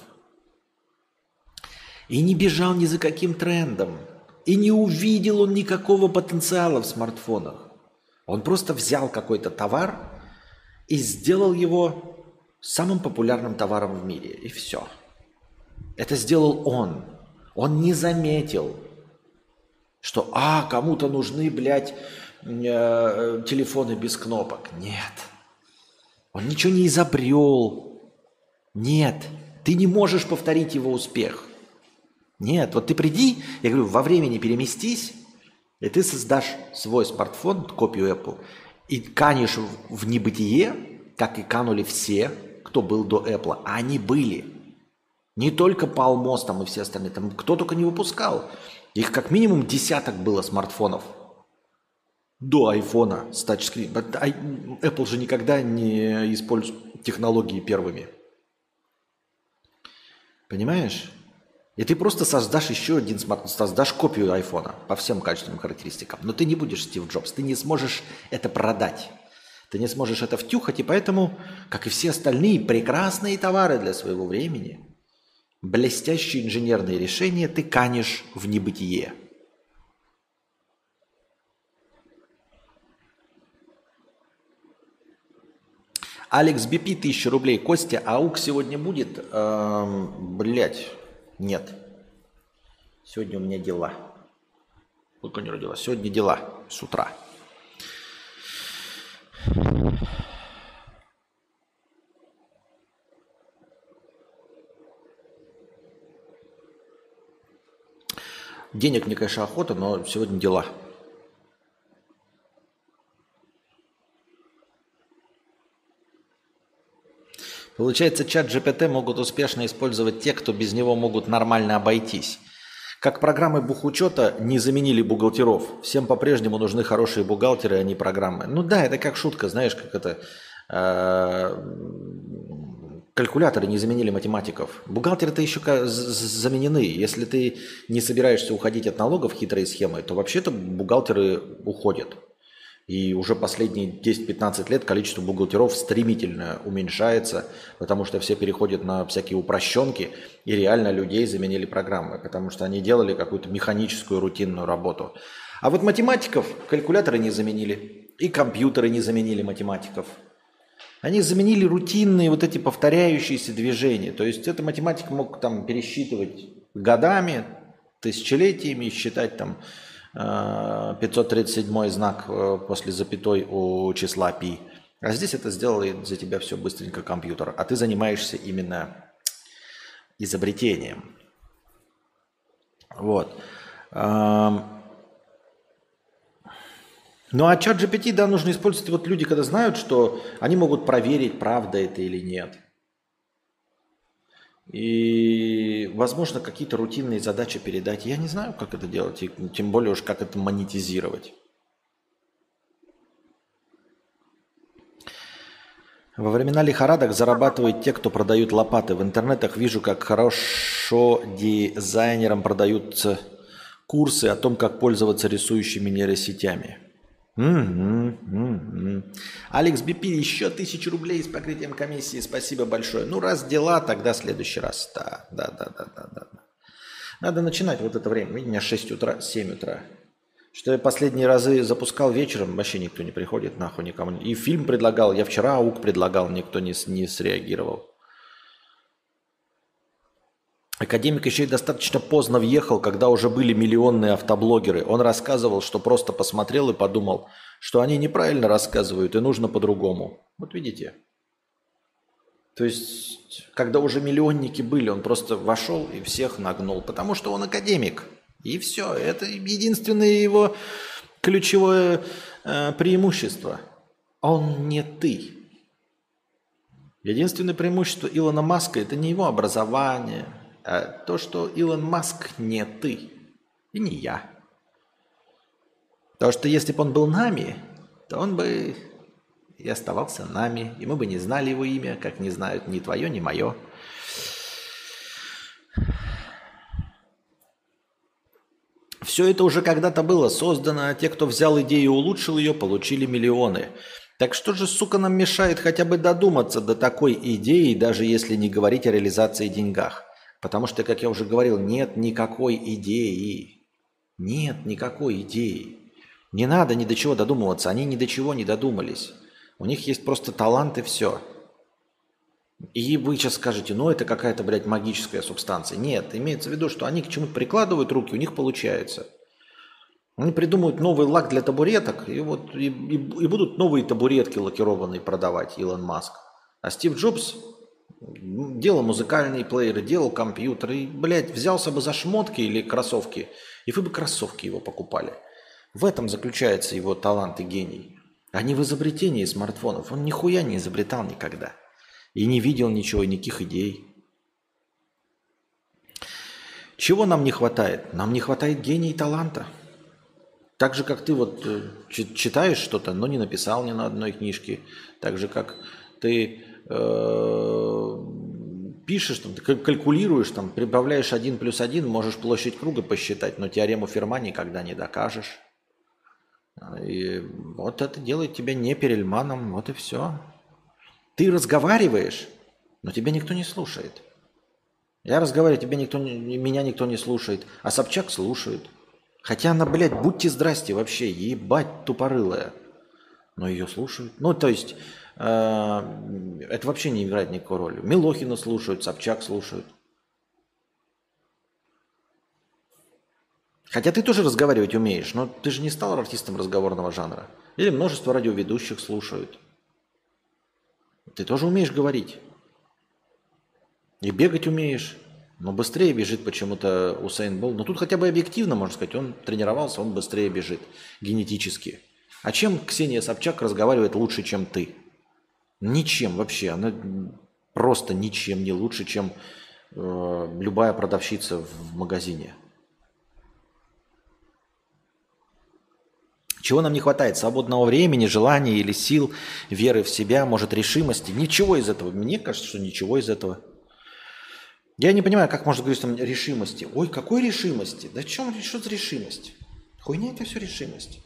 И не бежал ни за каким трендом. И не увидел он никакого потенциала в смартфонах. Он просто взял какой-то товар и сделал его самым популярным товаром в мире. И все. Это сделал он. Он не заметил, что кому-то нужны, блядь, телефоны без кнопок. Нет. Он ничего не изобрел. Нет. Ты не можешь повторить его успех. Нет, вот ты приди, я говорю, во времени переместись, и ты создашь свой смартфон, копию Apple, и канешь в небытие, как и канули все, кто был до Apple. А они были. Не только Palmos там и все остальные, там кто только не выпускал. Их как минимум десяток было смартфонов до айфона с тачскрин. Apple же никогда не использует технологии первыми. Понимаешь? И ты просто создашь еще один смартфон, создашь копию айфона по всем качественным характеристикам. Но ты не будешь Стив Джобс, ты не сможешь это продать. Ты не сможешь это втюхать, и поэтому, как и все остальные прекрасные товары для своего времени, блестящие инженерные решения ты канешь в небытие. Алекс Бипи, 1000 рублей. Костя, АУК сегодня будет? Блять. Нет. Сегодня у меня дела. Сколько не родилась? Сегодня дела с утра. Денег мне, конечно, охота, но сегодня дела. Получается, чат GPT могут успешно использовать те, кто без него могут нормально обойтись. Как программы бухучета не заменили бухгалтеров. Всем по-прежнему нужны хорошие бухгалтеры, а не программы. Ну да, это как шутка, знаешь, как это... Калькуляторы не заменили математиков. Бухгалтеры-то еще заменены. Если ты не собираешься уходить от налогов хитрой схемой, то вообще-то бухгалтеры уходят. И уже последние 10-15 лет количество бухгалтеров стремительно уменьшается, потому что все переходят на всякие упрощенки, и реально людей заменили программы, потому что они делали какую-то механическую рутинную работу. А вот математиков калькуляторы не заменили, и компьютеры не заменили математиков. Они заменили рутинные вот эти повторяющиеся движения. То есть это математик мог там пересчитывать годами, тысячелетиями, считать там 537 знак после запятой у числа π. А здесь это сделал за тебя все быстренько компьютер. А ты занимаешься именно изобретением. Вот. Ну а чат GPT, да, нужно использовать вот люди, когда знают, что они могут проверить, правда это или нет. И, возможно, какие-то рутинные задачи передать. Я не знаю, как это делать, и тем более уж как это монетизировать. Во времена лихорадок зарабатывают те, кто продают лопаты. В интернетах вижу, как хорошо дизайнерам продаются курсы о том, как пользоваться рисующими нейросетями. Алекс Бипи, еще 1000 рублей с покрытием комиссии. Спасибо большое. Ну, раз дела, тогда в следующий раз. Да. Надо начинать вот это время. Видите, у меня 6 утра, 7 утра. Что я последние разы запускал вечером, вообще никто не приходит, нахуй никому. И фильм предлагал, я вчера АУК предлагал, никто не среагировал. Академик еще и достаточно поздно въехал, когда уже были миллионные автоблогеры. Он рассказывал, что просто посмотрел и подумал, что они неправильно рассказывают и нужно по-другому. Вот видите. То есть, когда уже миллионники были, он просто вошел и всех нагнул, потому что он академик. И все. Это единственное его ключевое преимущество. Он не ты. Единственное преимущество Илона Маска – это не его образование, а то, что Илон Маск не ты и не я. Потому что если бы он был нами, то он бы и оставался нами, и мы бы не знали его имя, как не знают ни твое, ни мое. Все это уже когда-то было создано, а те, кто взял идею и улучшил ее, получили миллионы. Так что же, сука, нам мешает хотя бы додуматься до такой идеи, даже если не говорить о реализации и деньгах? Потому что, как я уже говорил, нет никакой идеи. Нет никакой идеи. Не надо ни до чего додумываться. Они ни до чего не додумались. У них есть просто талант и все. И вы сейчас скажете, ну это какая-то, блядь, магическая субстанция. Нет, имеется в виду, что они к чему-то прикладывают руки, у них получается. Они придумают новый лак для табуреток, и будут новые табуретки лакированные продавать, Илон Маск. А Стив Джобс делал музыкальные плееры, делал компьютеры, и, блядь, взялся бы за шмотки или кроссовки, и вы бы кроссовки его покупали. В этом заключается его талант и гений. А не в изобретении смартфонов. Он нихуя не изобретал никогда. И не видел ничего, никаких идей. Чего нам не хватает? Нам не хватает гения и таланта. Так же, как ты вот читаешь что-то, но не написал ни на одной книжке. Так же, как ты пишешь, там, ты калькулируешь, там, прибавляешь 1 плюс 1, можешь площадь круга посчитать, но теорему Ферма никогда не докажешь. И вот это делает тебя не Перельманом, вот и все. Ты разговариваешь, но тебя никто не слушает. Я разговариваю, меня никто не слушает, а Собчак слушает. Хотя она, блядь, будьте здрасте вообще, ебать тупорылая. Но ее слушают. Ну, то есть, это вообще не играет никакой роли. Милохина слушают, Собчак слушают. Хотя ты тоже разговаривать умеешь, но ты же не стал артистом разговорного жанра. Или множество радиоведущих слушают. Ты тоже умеешь говорить. И бегать умеешь. Но быстрее бежит почему-то Усейн Болт. Но тут хотя бы объективно, можно сказать, он тренировался, он быстрее бежит генетически. А чем Ксения Собчак разговаривает лучше, чем ты? Ничем вообще. Она просто ничем не лучше, чем любая продавщица в магазине. Чего нам не хватает? Свободного времени, желания или сил, веры в себя, может, решимости? Ничего из этого. Мне кажется, что ничего из этого. Я не понимаю, как можно говорить там решимости. Ой, какой решимости? Да что за решимость? Хуйня это все решимость.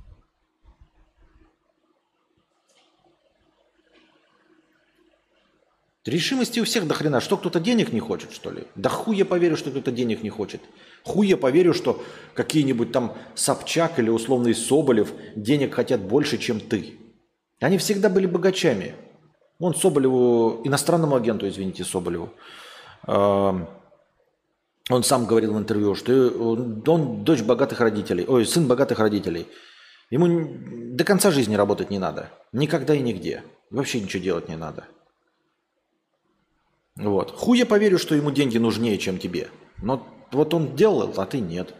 Решимости у всех до хрена. Что, кто-то денег не хочет, что ли? Да хуй я поверю, что кто-то денег не хочет. Хуй я поверю, что какие-нибудь там Собчак или условный Соболев денег хотят больше, чем ты. Они всегда были богачами. Вон Соболеву, иностранному агенту, извините, Соболеву, он сам говорил в интервью, что он дочь богатых родителей, сын богатых родителей. Ему до конца жизни работать не надо. Никогда и нигде. Вообще ничего делать не надо. Вот. Хуй я поверю, что ему деньги нужнее, чем тебе. Но вот он делал, а ты нет.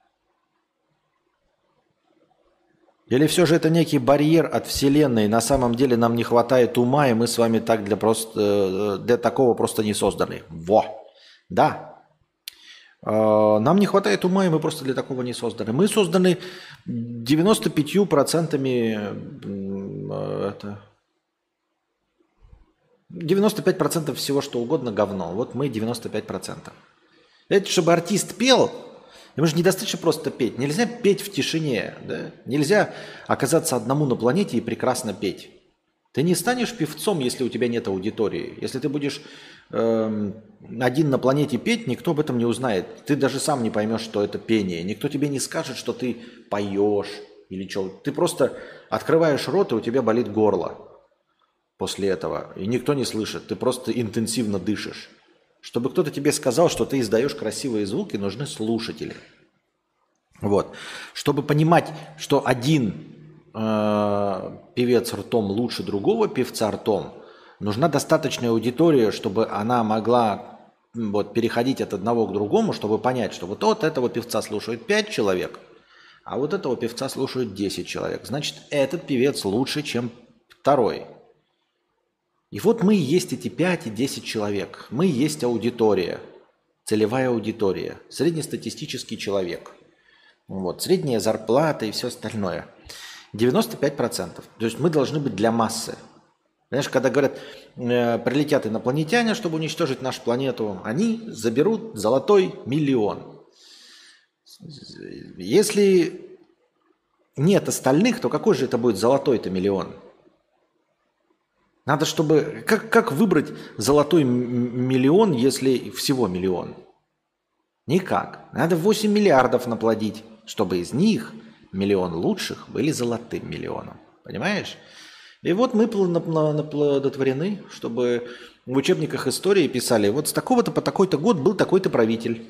Или все же это некий барьер от Вселенной, на самом деле нам не хватает ума, и мы с вами так для такого просто не созданы. Во! Да. Нам не хватает ума, и мы просто для такого не созданы. Мы созданы 95% 95% всего, что угодно, говно. Вот мы 95%. Это чтобы артист пел, ему же недостаточно просто петь. Нельзя петь в тишине. Да? Нельзя оказаться одному на планете и прекрасно петь. Ты не станешь певцом, если у тебя нет аудитории. Если ты будешь один на планете петь, никто об этом не узнает. Ты даже сам не поймешь, что это пение. Никто тебе не скажет, что ты поешь или что. Ты просто открываешь рот, и у тебя болит горло после этого. И никто не слышит. Ты просто интенсивно дышишь. Чтобы кто-то тебе сказал, что ты издаешь красивые звуки, нужны слушатели. Вот. Чтобы понимать, что один певец ртом лучше другого певца ртом, нужна достаточная аудитория, чтобы она могла переходить от одного к другому, чтобы понять, что вот этого певца слушают 5 человек, а вот этого певца слушают 10 человек. Значит, этот певец лучше, чем второй. И вот мы и есть эти 5 и 10 человек. Мы и есть аудитория, целевая аудитория, среднестатистический человек. Вот, средняя зарплата и все остальное. 95%. То есть мы должны быть для массы. Знаешь, когда говорят, прилетят инопланетяне, чтобы уничтожить нашу планету, они заберут золотой миллион. Если нет остальных, то какой же это будет золотой-то миллион? Надо, чтобы... Как выбрать золотой миллион, если всего миллион? Никак. Надо 8 миллиардов наплодить, чтобы из них миллион лучших были золотым миллионом. Понимаешь? И вот мы наплодотворены, чтобы в учебниках истории писали, вот с такого-то по такой-то год был такой-то правитель.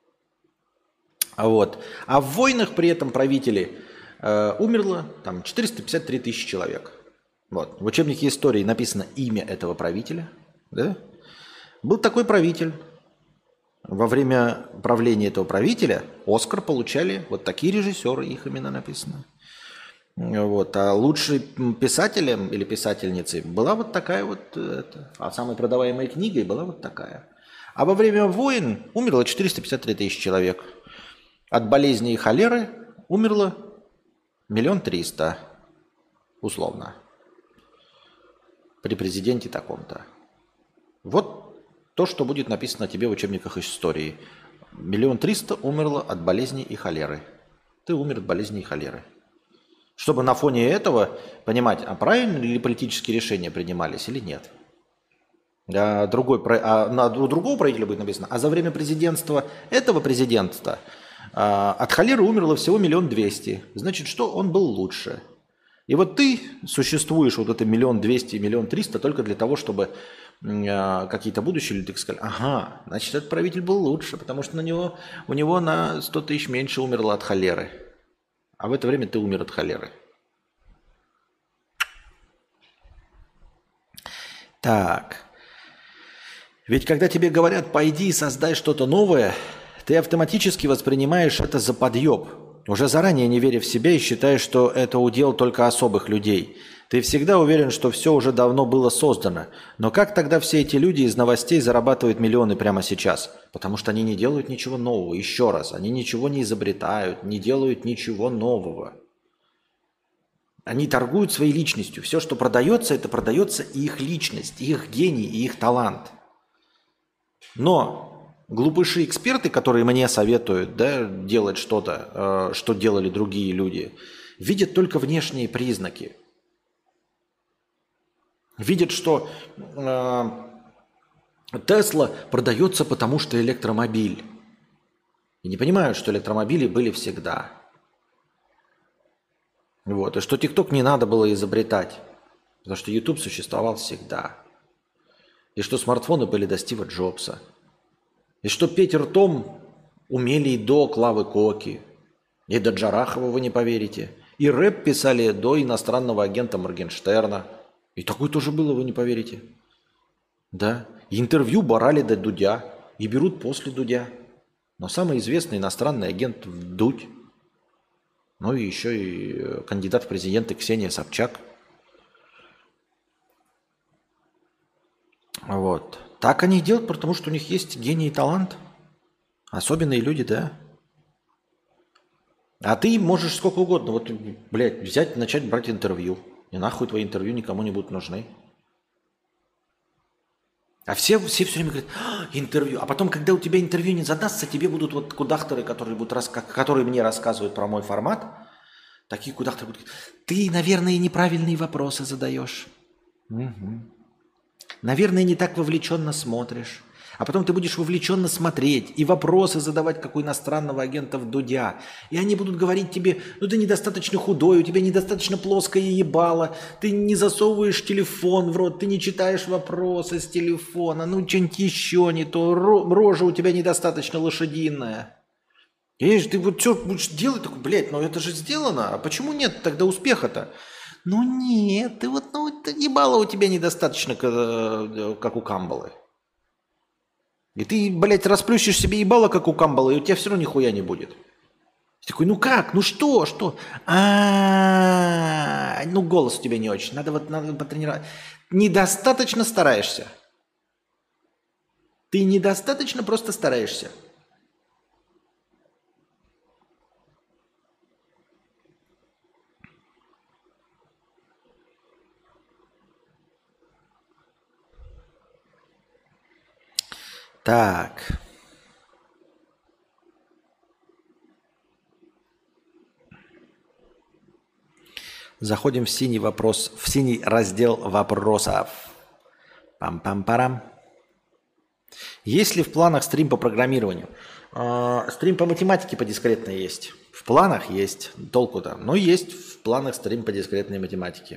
Вот. А в войнах при этом правители умерло там 453 тысячи человек. Вот. В учебнике истории написано имя этого правителя. Да? Был такой правитель. Во время правления этого правителя Оскар получали вот такие режиссеры, их имена написано. Вот. А лучшим писателем или писательницей была вот такая вот, а самой продаваемой книгой была вот такая. А во время войн умерло 453 тысячи человек. От болезни и холеры умерло 1 300 000, условно, при президенте таком-то. Вот то, что будет написано тебе в учебниках истории. 1 300 000 умерло от болезни и холеры. Ты умер от болезни и холеры. Чтобы на фоне этого понимать, а правильно ли политические решения принимались или нет. На другого правителя будет написано, а за время президентства этого президента от холеры умерло всего 1 200 000. Значит, что он был лучше. И вот ты существуешь вот это 1 200 000, 1 300 000 только для того, чтобы какие-то будущие люди сказали, ага, значит, этот правитель был лучше, потому что у него на 100 000 меньше умерло от холеры. А в это время ты умер от холеры. Так. Ведь когда тебе говорят, пойди и создай что-то новое, ты автоматически воспринимаешь это за подъеб, уже заранее не веря в себя и считая, что это удел только особых людей. Ты всегда уверен, что все уже давно было создано. Но как тогда все эти люди из новостей зарабатывают миллионы прямо сейчас? Потому что они не делают ничего нового. Еще раз, они ничего не изобретают, не делают ничего нового. Они торгуют своей личностью. Все, что продается, это продается их личность, их гений и их талант. Но глупыши-эксперты, которые мне советуют, да, делать что-то, что делали другие люди, видят только внешние признаки. Видят, что Тесла продается потому, что электромобиль. И не понимают, что электромобили были всегда. Вот. И что ТикТок не надо было изобретать, потому что YouTube существовал всегда. И что смартфоны были до Стива Джобса. И что петь ртом умели и до Клавы Коки, и до Джарахова, вы не поверите. И рэп писали до иностранного агента Моргенштерна. И такое тоже было, вы не поверите. Да. И интервью барали до Дудя. И берут после Дудя. Но самый известный иностранный агент Дудь. Ну и еще и кандидат в президенты Ксения Собчак. Вот. Так они делают, потому что у них есть гений и талант. Особенные люди, да. А ты можешь сколько угодно, вот, блядь, взять, начать брать интервью. И нахуй твои интервью никому не будут нужны. А все время говорят, интервью. А потом, когда у тебя интервью не задастся, тебе будут вот кудахторы, которые мне рассказывают про мой формат, такие кудахторы будут говорить, ты, наверное, неправильные вопросы задаешь. Угу. Наверное, не так вовлеченно смотришь. А потом ты будешь вовлеченно смотреть и вопросы задавать, как у иностранного агента в Дудя. И они будут говорить тебе, ну ты недостаточно худой, у тебя недостаточно плоское ебало, ты не засовываешь телефон в рот, ты не читаешь вопросы с телефона, ну что-нибудь еще не то, рожа у тебя недостаточно лошадиная. И ты вот что будешь делать, такой, блядь, ну это же сделано, а почему нет тогда успеха-то? Ну нет, ты вот, ну ебало у тебя недостаточно, как у Камбалы. И ты, блядь, расплющишь себе ебало, как у Камбала, и у тебя все равно нихуя не будет. Ты такой, ну как, ну что? Ну голос у тебя не очень, надо потренировать. Недостаточно стараешься. Ты недостаточно просто стараешься. Так. Заходим в синий раздел вопросов. Пам-пам-парам. Есть ли в планах стрим по программированию? Стрим по математике по дискретной есть. В планах есть. Толку-то. Но есть в планах стрим по дискретной математике.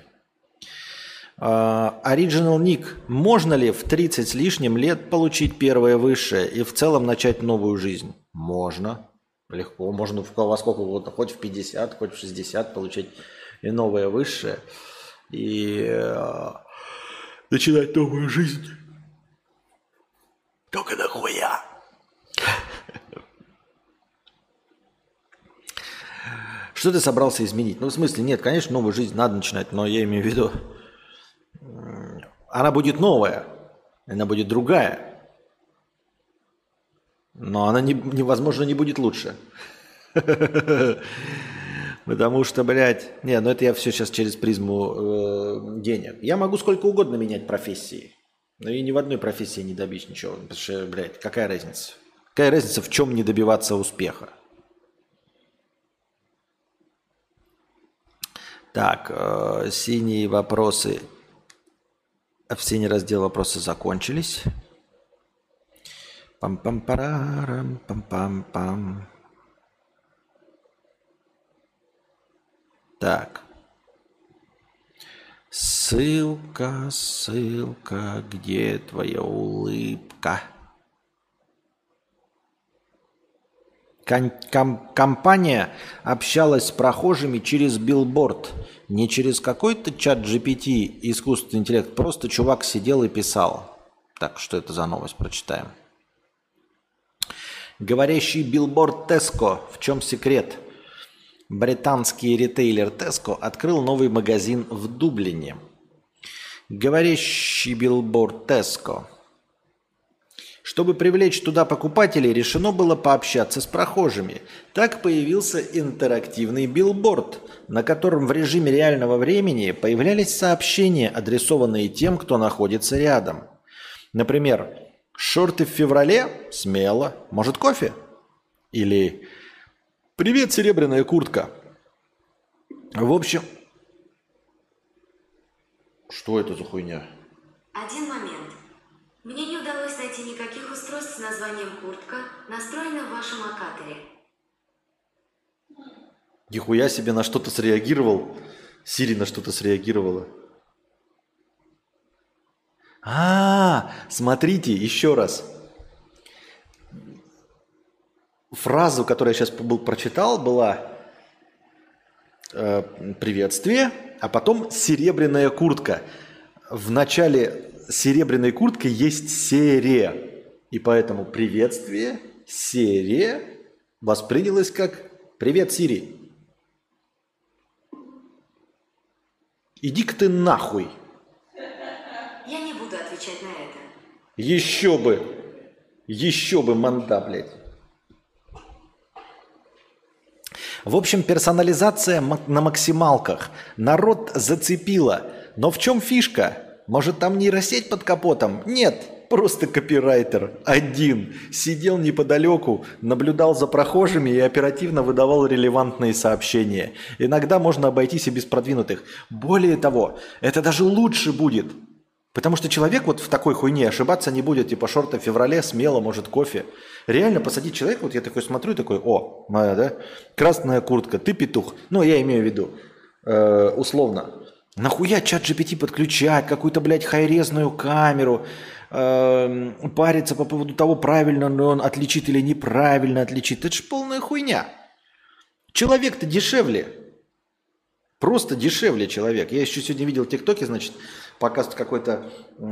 Original Nick. Можно ли в 30 с лишним лет получить первое высшее и в целом начать новую жизнь? Можно. Легко. Можно во сколько угодно. Хоть в 50, хоть в 60 получить и новое высшее. И начинать новую жизнь. Только нахуя? Что ты собрался изменить? Ну, в смысле, нет, конечно, новую жизнь надо начинать, но я имею в виду, она будет новая, она будет другая, но она невозможно не будет лучше. Потому что, блядь, ну это я все сейчас через призму денег. Я могу сколько угодно менять профессии, но и ни в одной профессии не добьюсь ничего. Потому что, блядь, какая разница? Какая разница, в чем не добиваться успеха? Так, синие вопросы. В синий раздел вопросы закончились. Пам-пам-парам, пам-пам-пам. Так. Ссылка, где твоя улыбка? Компания общалась с прохожими через билборд, не через какой-то чат GPT, искусственный интеллект, просто чувак сидел и писал. Так, что это за новость, прочитаем. Говорящий билборд Tesco. В чем секрет? Британский ритейлер Tesco открыл новый магазин в Дублине. Говорящий билборд Tesco. Чтобы привлечь туда покупателей, решено было пообщаться с прохожими. Так появился интерактивный билборд, на котором в режиме реального времени появлялись сообщения, адресованные тем, кто находится рядом. Например, «Шорты в феврале? Смело. Может, кофе?» Или «Привет, серебряная куртка». В общем, что это за хуйня? Один момент. Мне не удалось найти никаких устройств с названием «Куртка», настроенных в вашем локаторе. Нихуя себе, на что-то среагировал. Сири на что-то среагировала. Смотрите, еще раз. Фразу, которую я сейчас прочитал, была приветствие, а потом серебряная куртка. В начале серебряной куртки есть серия. И поэтому приветствие, серия воспринялось как «Привет, Сири». Иди-ка ты нахуй. Я не буду отвечать на это. Еще бы, манда, блядь. В общем, персонализация на максималках. Народ зацепила. Но в чем фишка? Может, там нейросеть под капотом? Нет, просто копирайтер. Один. Сидел неподалеку, наблюдал за прохожими и оперативно выдавал релевантные сообщения. Иногда можно обойтись и без продвинутых. Более того, это даже лучше будет. Потому что человек вот в такой хуйне ошибаться не будет. Типа шорты в феврале, смело, может, кофе. Реально посадить человека, вот я такой смотрю, такой, о, моя, да, красная куртка, ты петух. Ну, я имею в виду, условно. Нахуя чат GPT подключать, какую-то, блядь, хайрезную камеру, париться по поводу того, правильно ли он отличит или неправильно отличит. Это ж полная хуйня. Человек-то дешевле. Просто дешевле человек. Я еще сегодня видел в ТикТоке, значит, показывают какой-то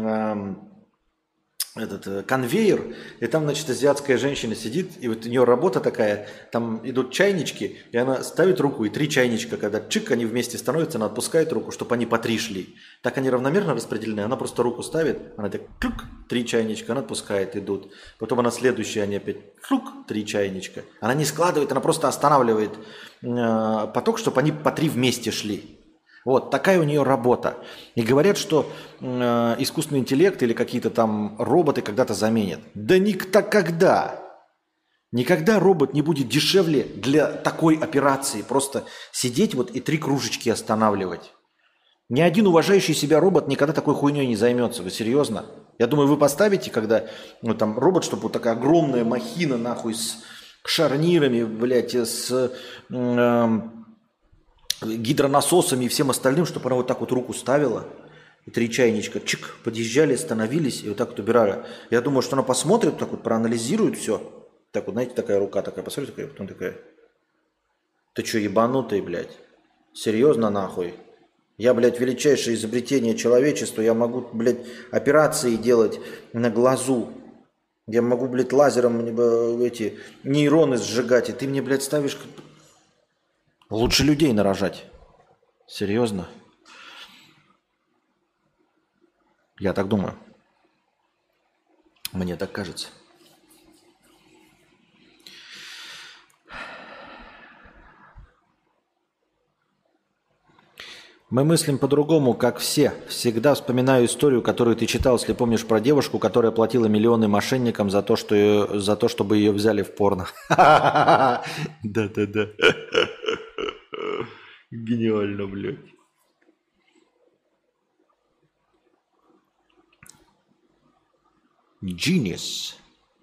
конвейер, и там, значит, азиатская женщина сидит, и вот у нее работа такая, там идут чайнички, и она ставит руку, и 3 чайничка, когда чик, они вместе становятся, она отпускает руку, чтобы они по 3 шли. Так они равномерно распределены, она просто руку ставит, она так, клюк, 3 чайничка, она отпускает, идут. Потом она следующая, они опять, клюк, 3 чайничка. Она не складывает, она просто останавливает поток, чтобы они по 3 вместе шли. Вот, такая у нее работа. И говорят, что искусственный интеллект или какие-то там роботы когда-то заменят. Да никогда. Никогда робот не будет дешевле для такой операции. Просто сидеть вот и 3 кружечки останавливать. Ни один уважающий себя робот никогда такой хуйней не займется. Вы серьезно? Я думаю, вы поставите, когда там робот, чтобы вот такая огромная махина нахуй с шарнирами, блядь, с гидронасосами и всем остальным, чтобы она вот так вот руку ставила, и 3 чайничка, чик, подъезжали, остановились, и вот так вот убирали. Я думаю, что она посмотрит, так вот проанализирует все. Так вот, знаете, такая рука такая, посмотрите, такая, потом такая, ты что, ебанутый, блядь? Серьезно, нахуй? Я, блядь, величайшее изобретение человечества, я могу, блядь, операции делать на глазу. Я могу, блядь, лазером эти нейроны сжигать, и ты мне, блядь, ставишь... Лучше людей нарожать. Серьезно? Я так думаю. Мне так кажется. Мы мыслим по-другому, как все. Всегда вспоминаю историю, которую ты читал, если помнишь, про девушку, которая платила миллионы мошенникам за то, чтобы ее взяли в порно. Да-да-да. Гениально, блядь. Genius.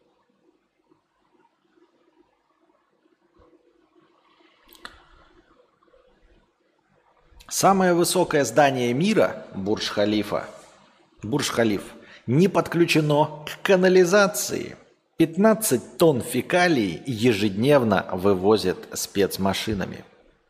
Самое высокое здание мира, Бурдж-Халиф, не подключено к канализации. 15 тонн фекалий ежедневно вывозят спецмашинами.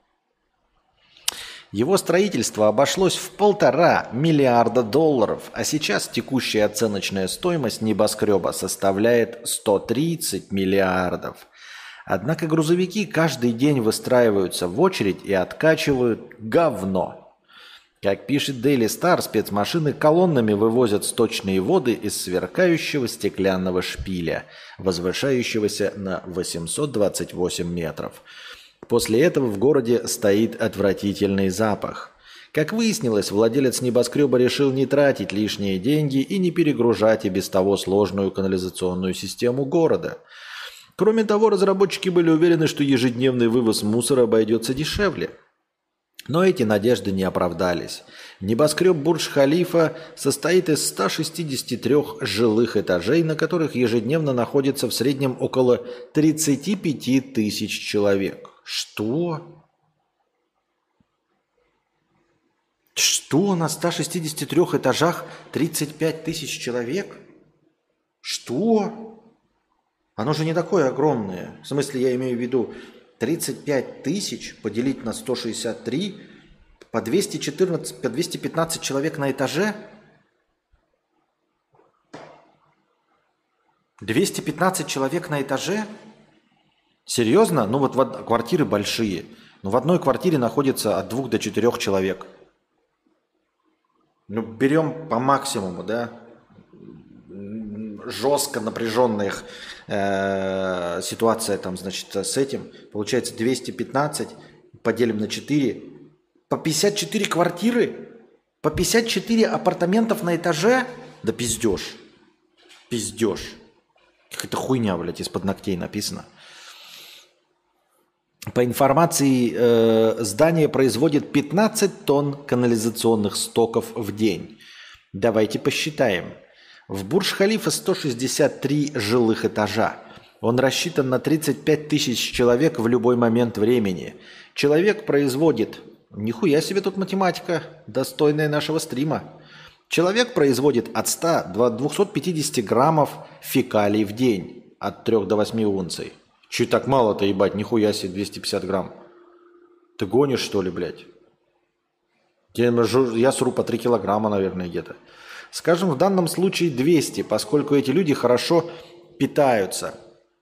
Его строительство обошлось в $1,5 миллиарда, а сейчас текущая оценочная стоимость небоскреба составляет 130 миллиардов. Однако грузовики каждый день выстраиваются в очередь и откачивают говно. Как пишет Daily Star, спецмашины колоннами вывозят сточные воды из сверкающего стеклянного шпиля, возвышающегося на 828 метров. После этого в городе стоит отвратительный запах. Как выяснилось, владелец небоскреба решил не тратить лишние деньги и не перегружать и без того сложную канализационную систему города. Кроме того, разработчики были уверены, что ежедневный вывоз мусора обойдется дешевле. Но эти надежды не оправдались. Небоскреб Бурдж-Халифа состоит из 163 жилых этажей, на которых ежедневно находится в среднем около 35 тысяч человек. Что? Что? На 163 этажах 35 тысяч человек? Что? Оно же не такое огромное. В смысле, я имею в виду 35 тысяч поделить на 163 по 214, по 215 человек на этаже? 215 человек на этаже? Серьезно? Ну вот квартиры большие. Но в одной квартире находится от 2 до 4 человек. Ну, берем по максимуму, да? Жестко напряженных ситуация там, значит, с этим. Получается 215 поделим на 4. По 54 квартиры? По 54 апартаментов на этаже? Да пиздеж. Пиздеж. Какая-то хуйня, блядь, из-под ногтей написано. По информации, здание производит 15 тонн канализационных стоков в день. Давайте посчитаем. В Бурдж-Халифа 163 жилых этажа. Он рассчитан на 35 тысяч человек в любой момент времени. Человек производит... Нихуя себе тут математика, достойная нашего стрима. Человек производит от 100 до 250 граммов фекалий в день. От 3 до 8 унций. Чуть так мало-то, ебать, нихуя себе 250 грамм. Ты гонишь, что ли, блядь? Я сру по 3 килограмма, наверное, где-то. Скажем, в данном случае 200, поскольку эти люди хорошо питаются.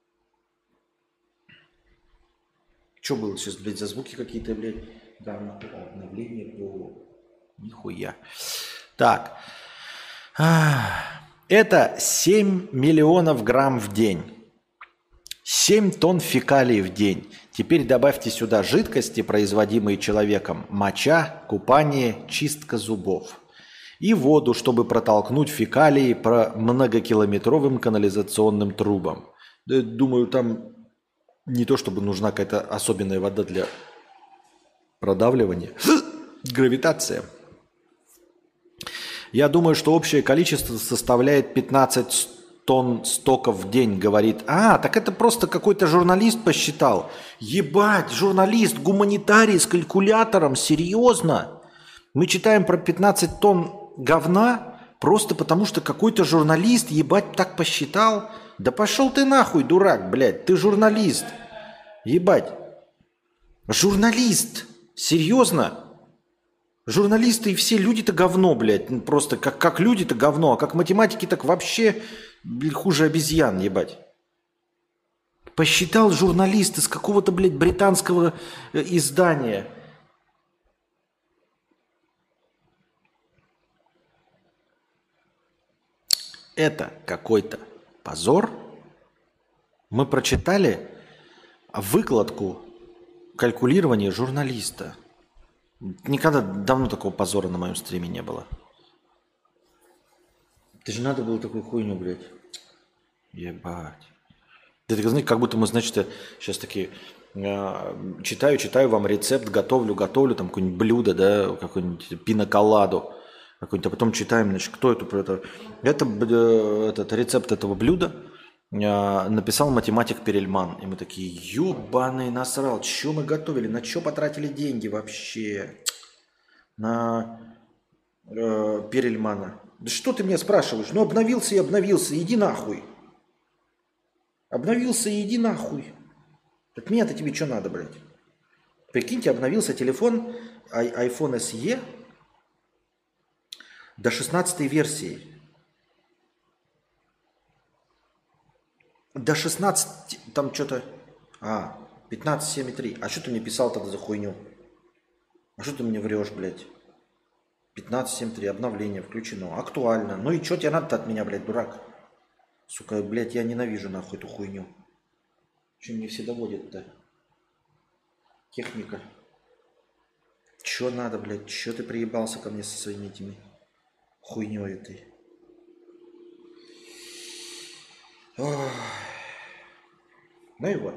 Что было сейчас, блядь, за звуки какие-то, блядь? Да, обновление по... Нихуя. Так. Это 7 миллионов грамм в день. 7 тонн фекалий в день. Теперь добавьте сюда жидкости, производимые человеком. Моча, купание, чистка зубов. И воду, чтобы протолкнуть фекалии по многокилометровым канализационным трубам. Да, думаю, там не то, чтобы нужна какая-то особенная вода для продавливания. Гравитация. Я думаю, что общее количество составляет 15 тонн стоков в день, говорит. Так это просто какой-то журналист посчитал. Ебать, журналист, гуманитарий с калькулятором, серьезно? Мы читаем про 15 тонн говна просто потому, что какой-то журналист, ебать, так посчитал? Да пошел ты нахуй, дурак, блядь, ты журналист. Ебать. Журналист. Серьезно? Журналисты и все люди-то говно, блядь. Просто как люди-то говно, а как математики так вообще хуже обезьян, ебать. Посчитал журналист из какого-то, блядь, британского издания. Это какой-то позор. Мы прочитали выкладку калькулирования журналиста. Никогда давно такого позора на моем стриме не было. Это же надо было такую хуйню, блядь. Ебать. Это, знаете, как будто мы, значит, сейчас такие читаю вам рецепт, готовлю там какое-нибудь блюдо, да, какую-нибудь пиноколаду. Какой-нибудь, а потом читаем, значит, кто это. Этот рецепт этого блюда написал математик Перельман. И мы такие, ебаный насрал, что мы готовили, на что потратили деньги вообще? На Перельмана. Да что ты меня спрашиваешь? Ну обновился и обновился, иди нахуй. Обновился и иди нахуй. От меня-то тебе что надо, блядь? Прикиньте, обновился телефон iPhone SE до 16 версии. До 16, там что-то... 15.7.3. А что ты мне писал тогда за хуйню? А что ты мне врешь, блядь? 15.7.3, обновление включено. Актуально. Ну и что тебе надо-то от меня, блядь, дурак? Сука, блядь, я ненавижу нахуй эту хуйню. Чем мне все доводят-то? Техника. Чё надо, блядь? Чё ты приебался ко мне со своими этими хуйнёй этой? Ох. Ну и вот.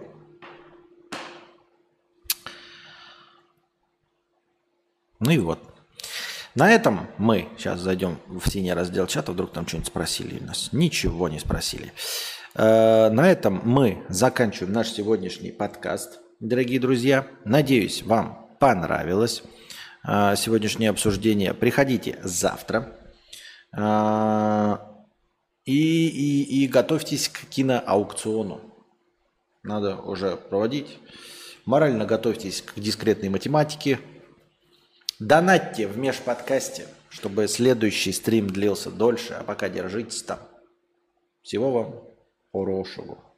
Ну и вот. На этом мы сейчас зайдем в синий раздел чата, вдруг там что-нибудь спросили у нас. Ничего не спросили. На этом мы заканчиваем наш сегодняшний подкаст. Дорогие друзья, надеюсь, вам понравилось сегодняшнее обсуждение. Приходите завтра и готовьтесь к киноаукциону. Надо уже проводить. Морально готовьтесь к дискретной математике. Донатьте в межподкасте, чтобы следующий стрим длился дольше, а пока держитесь там. Всего вам хорошего.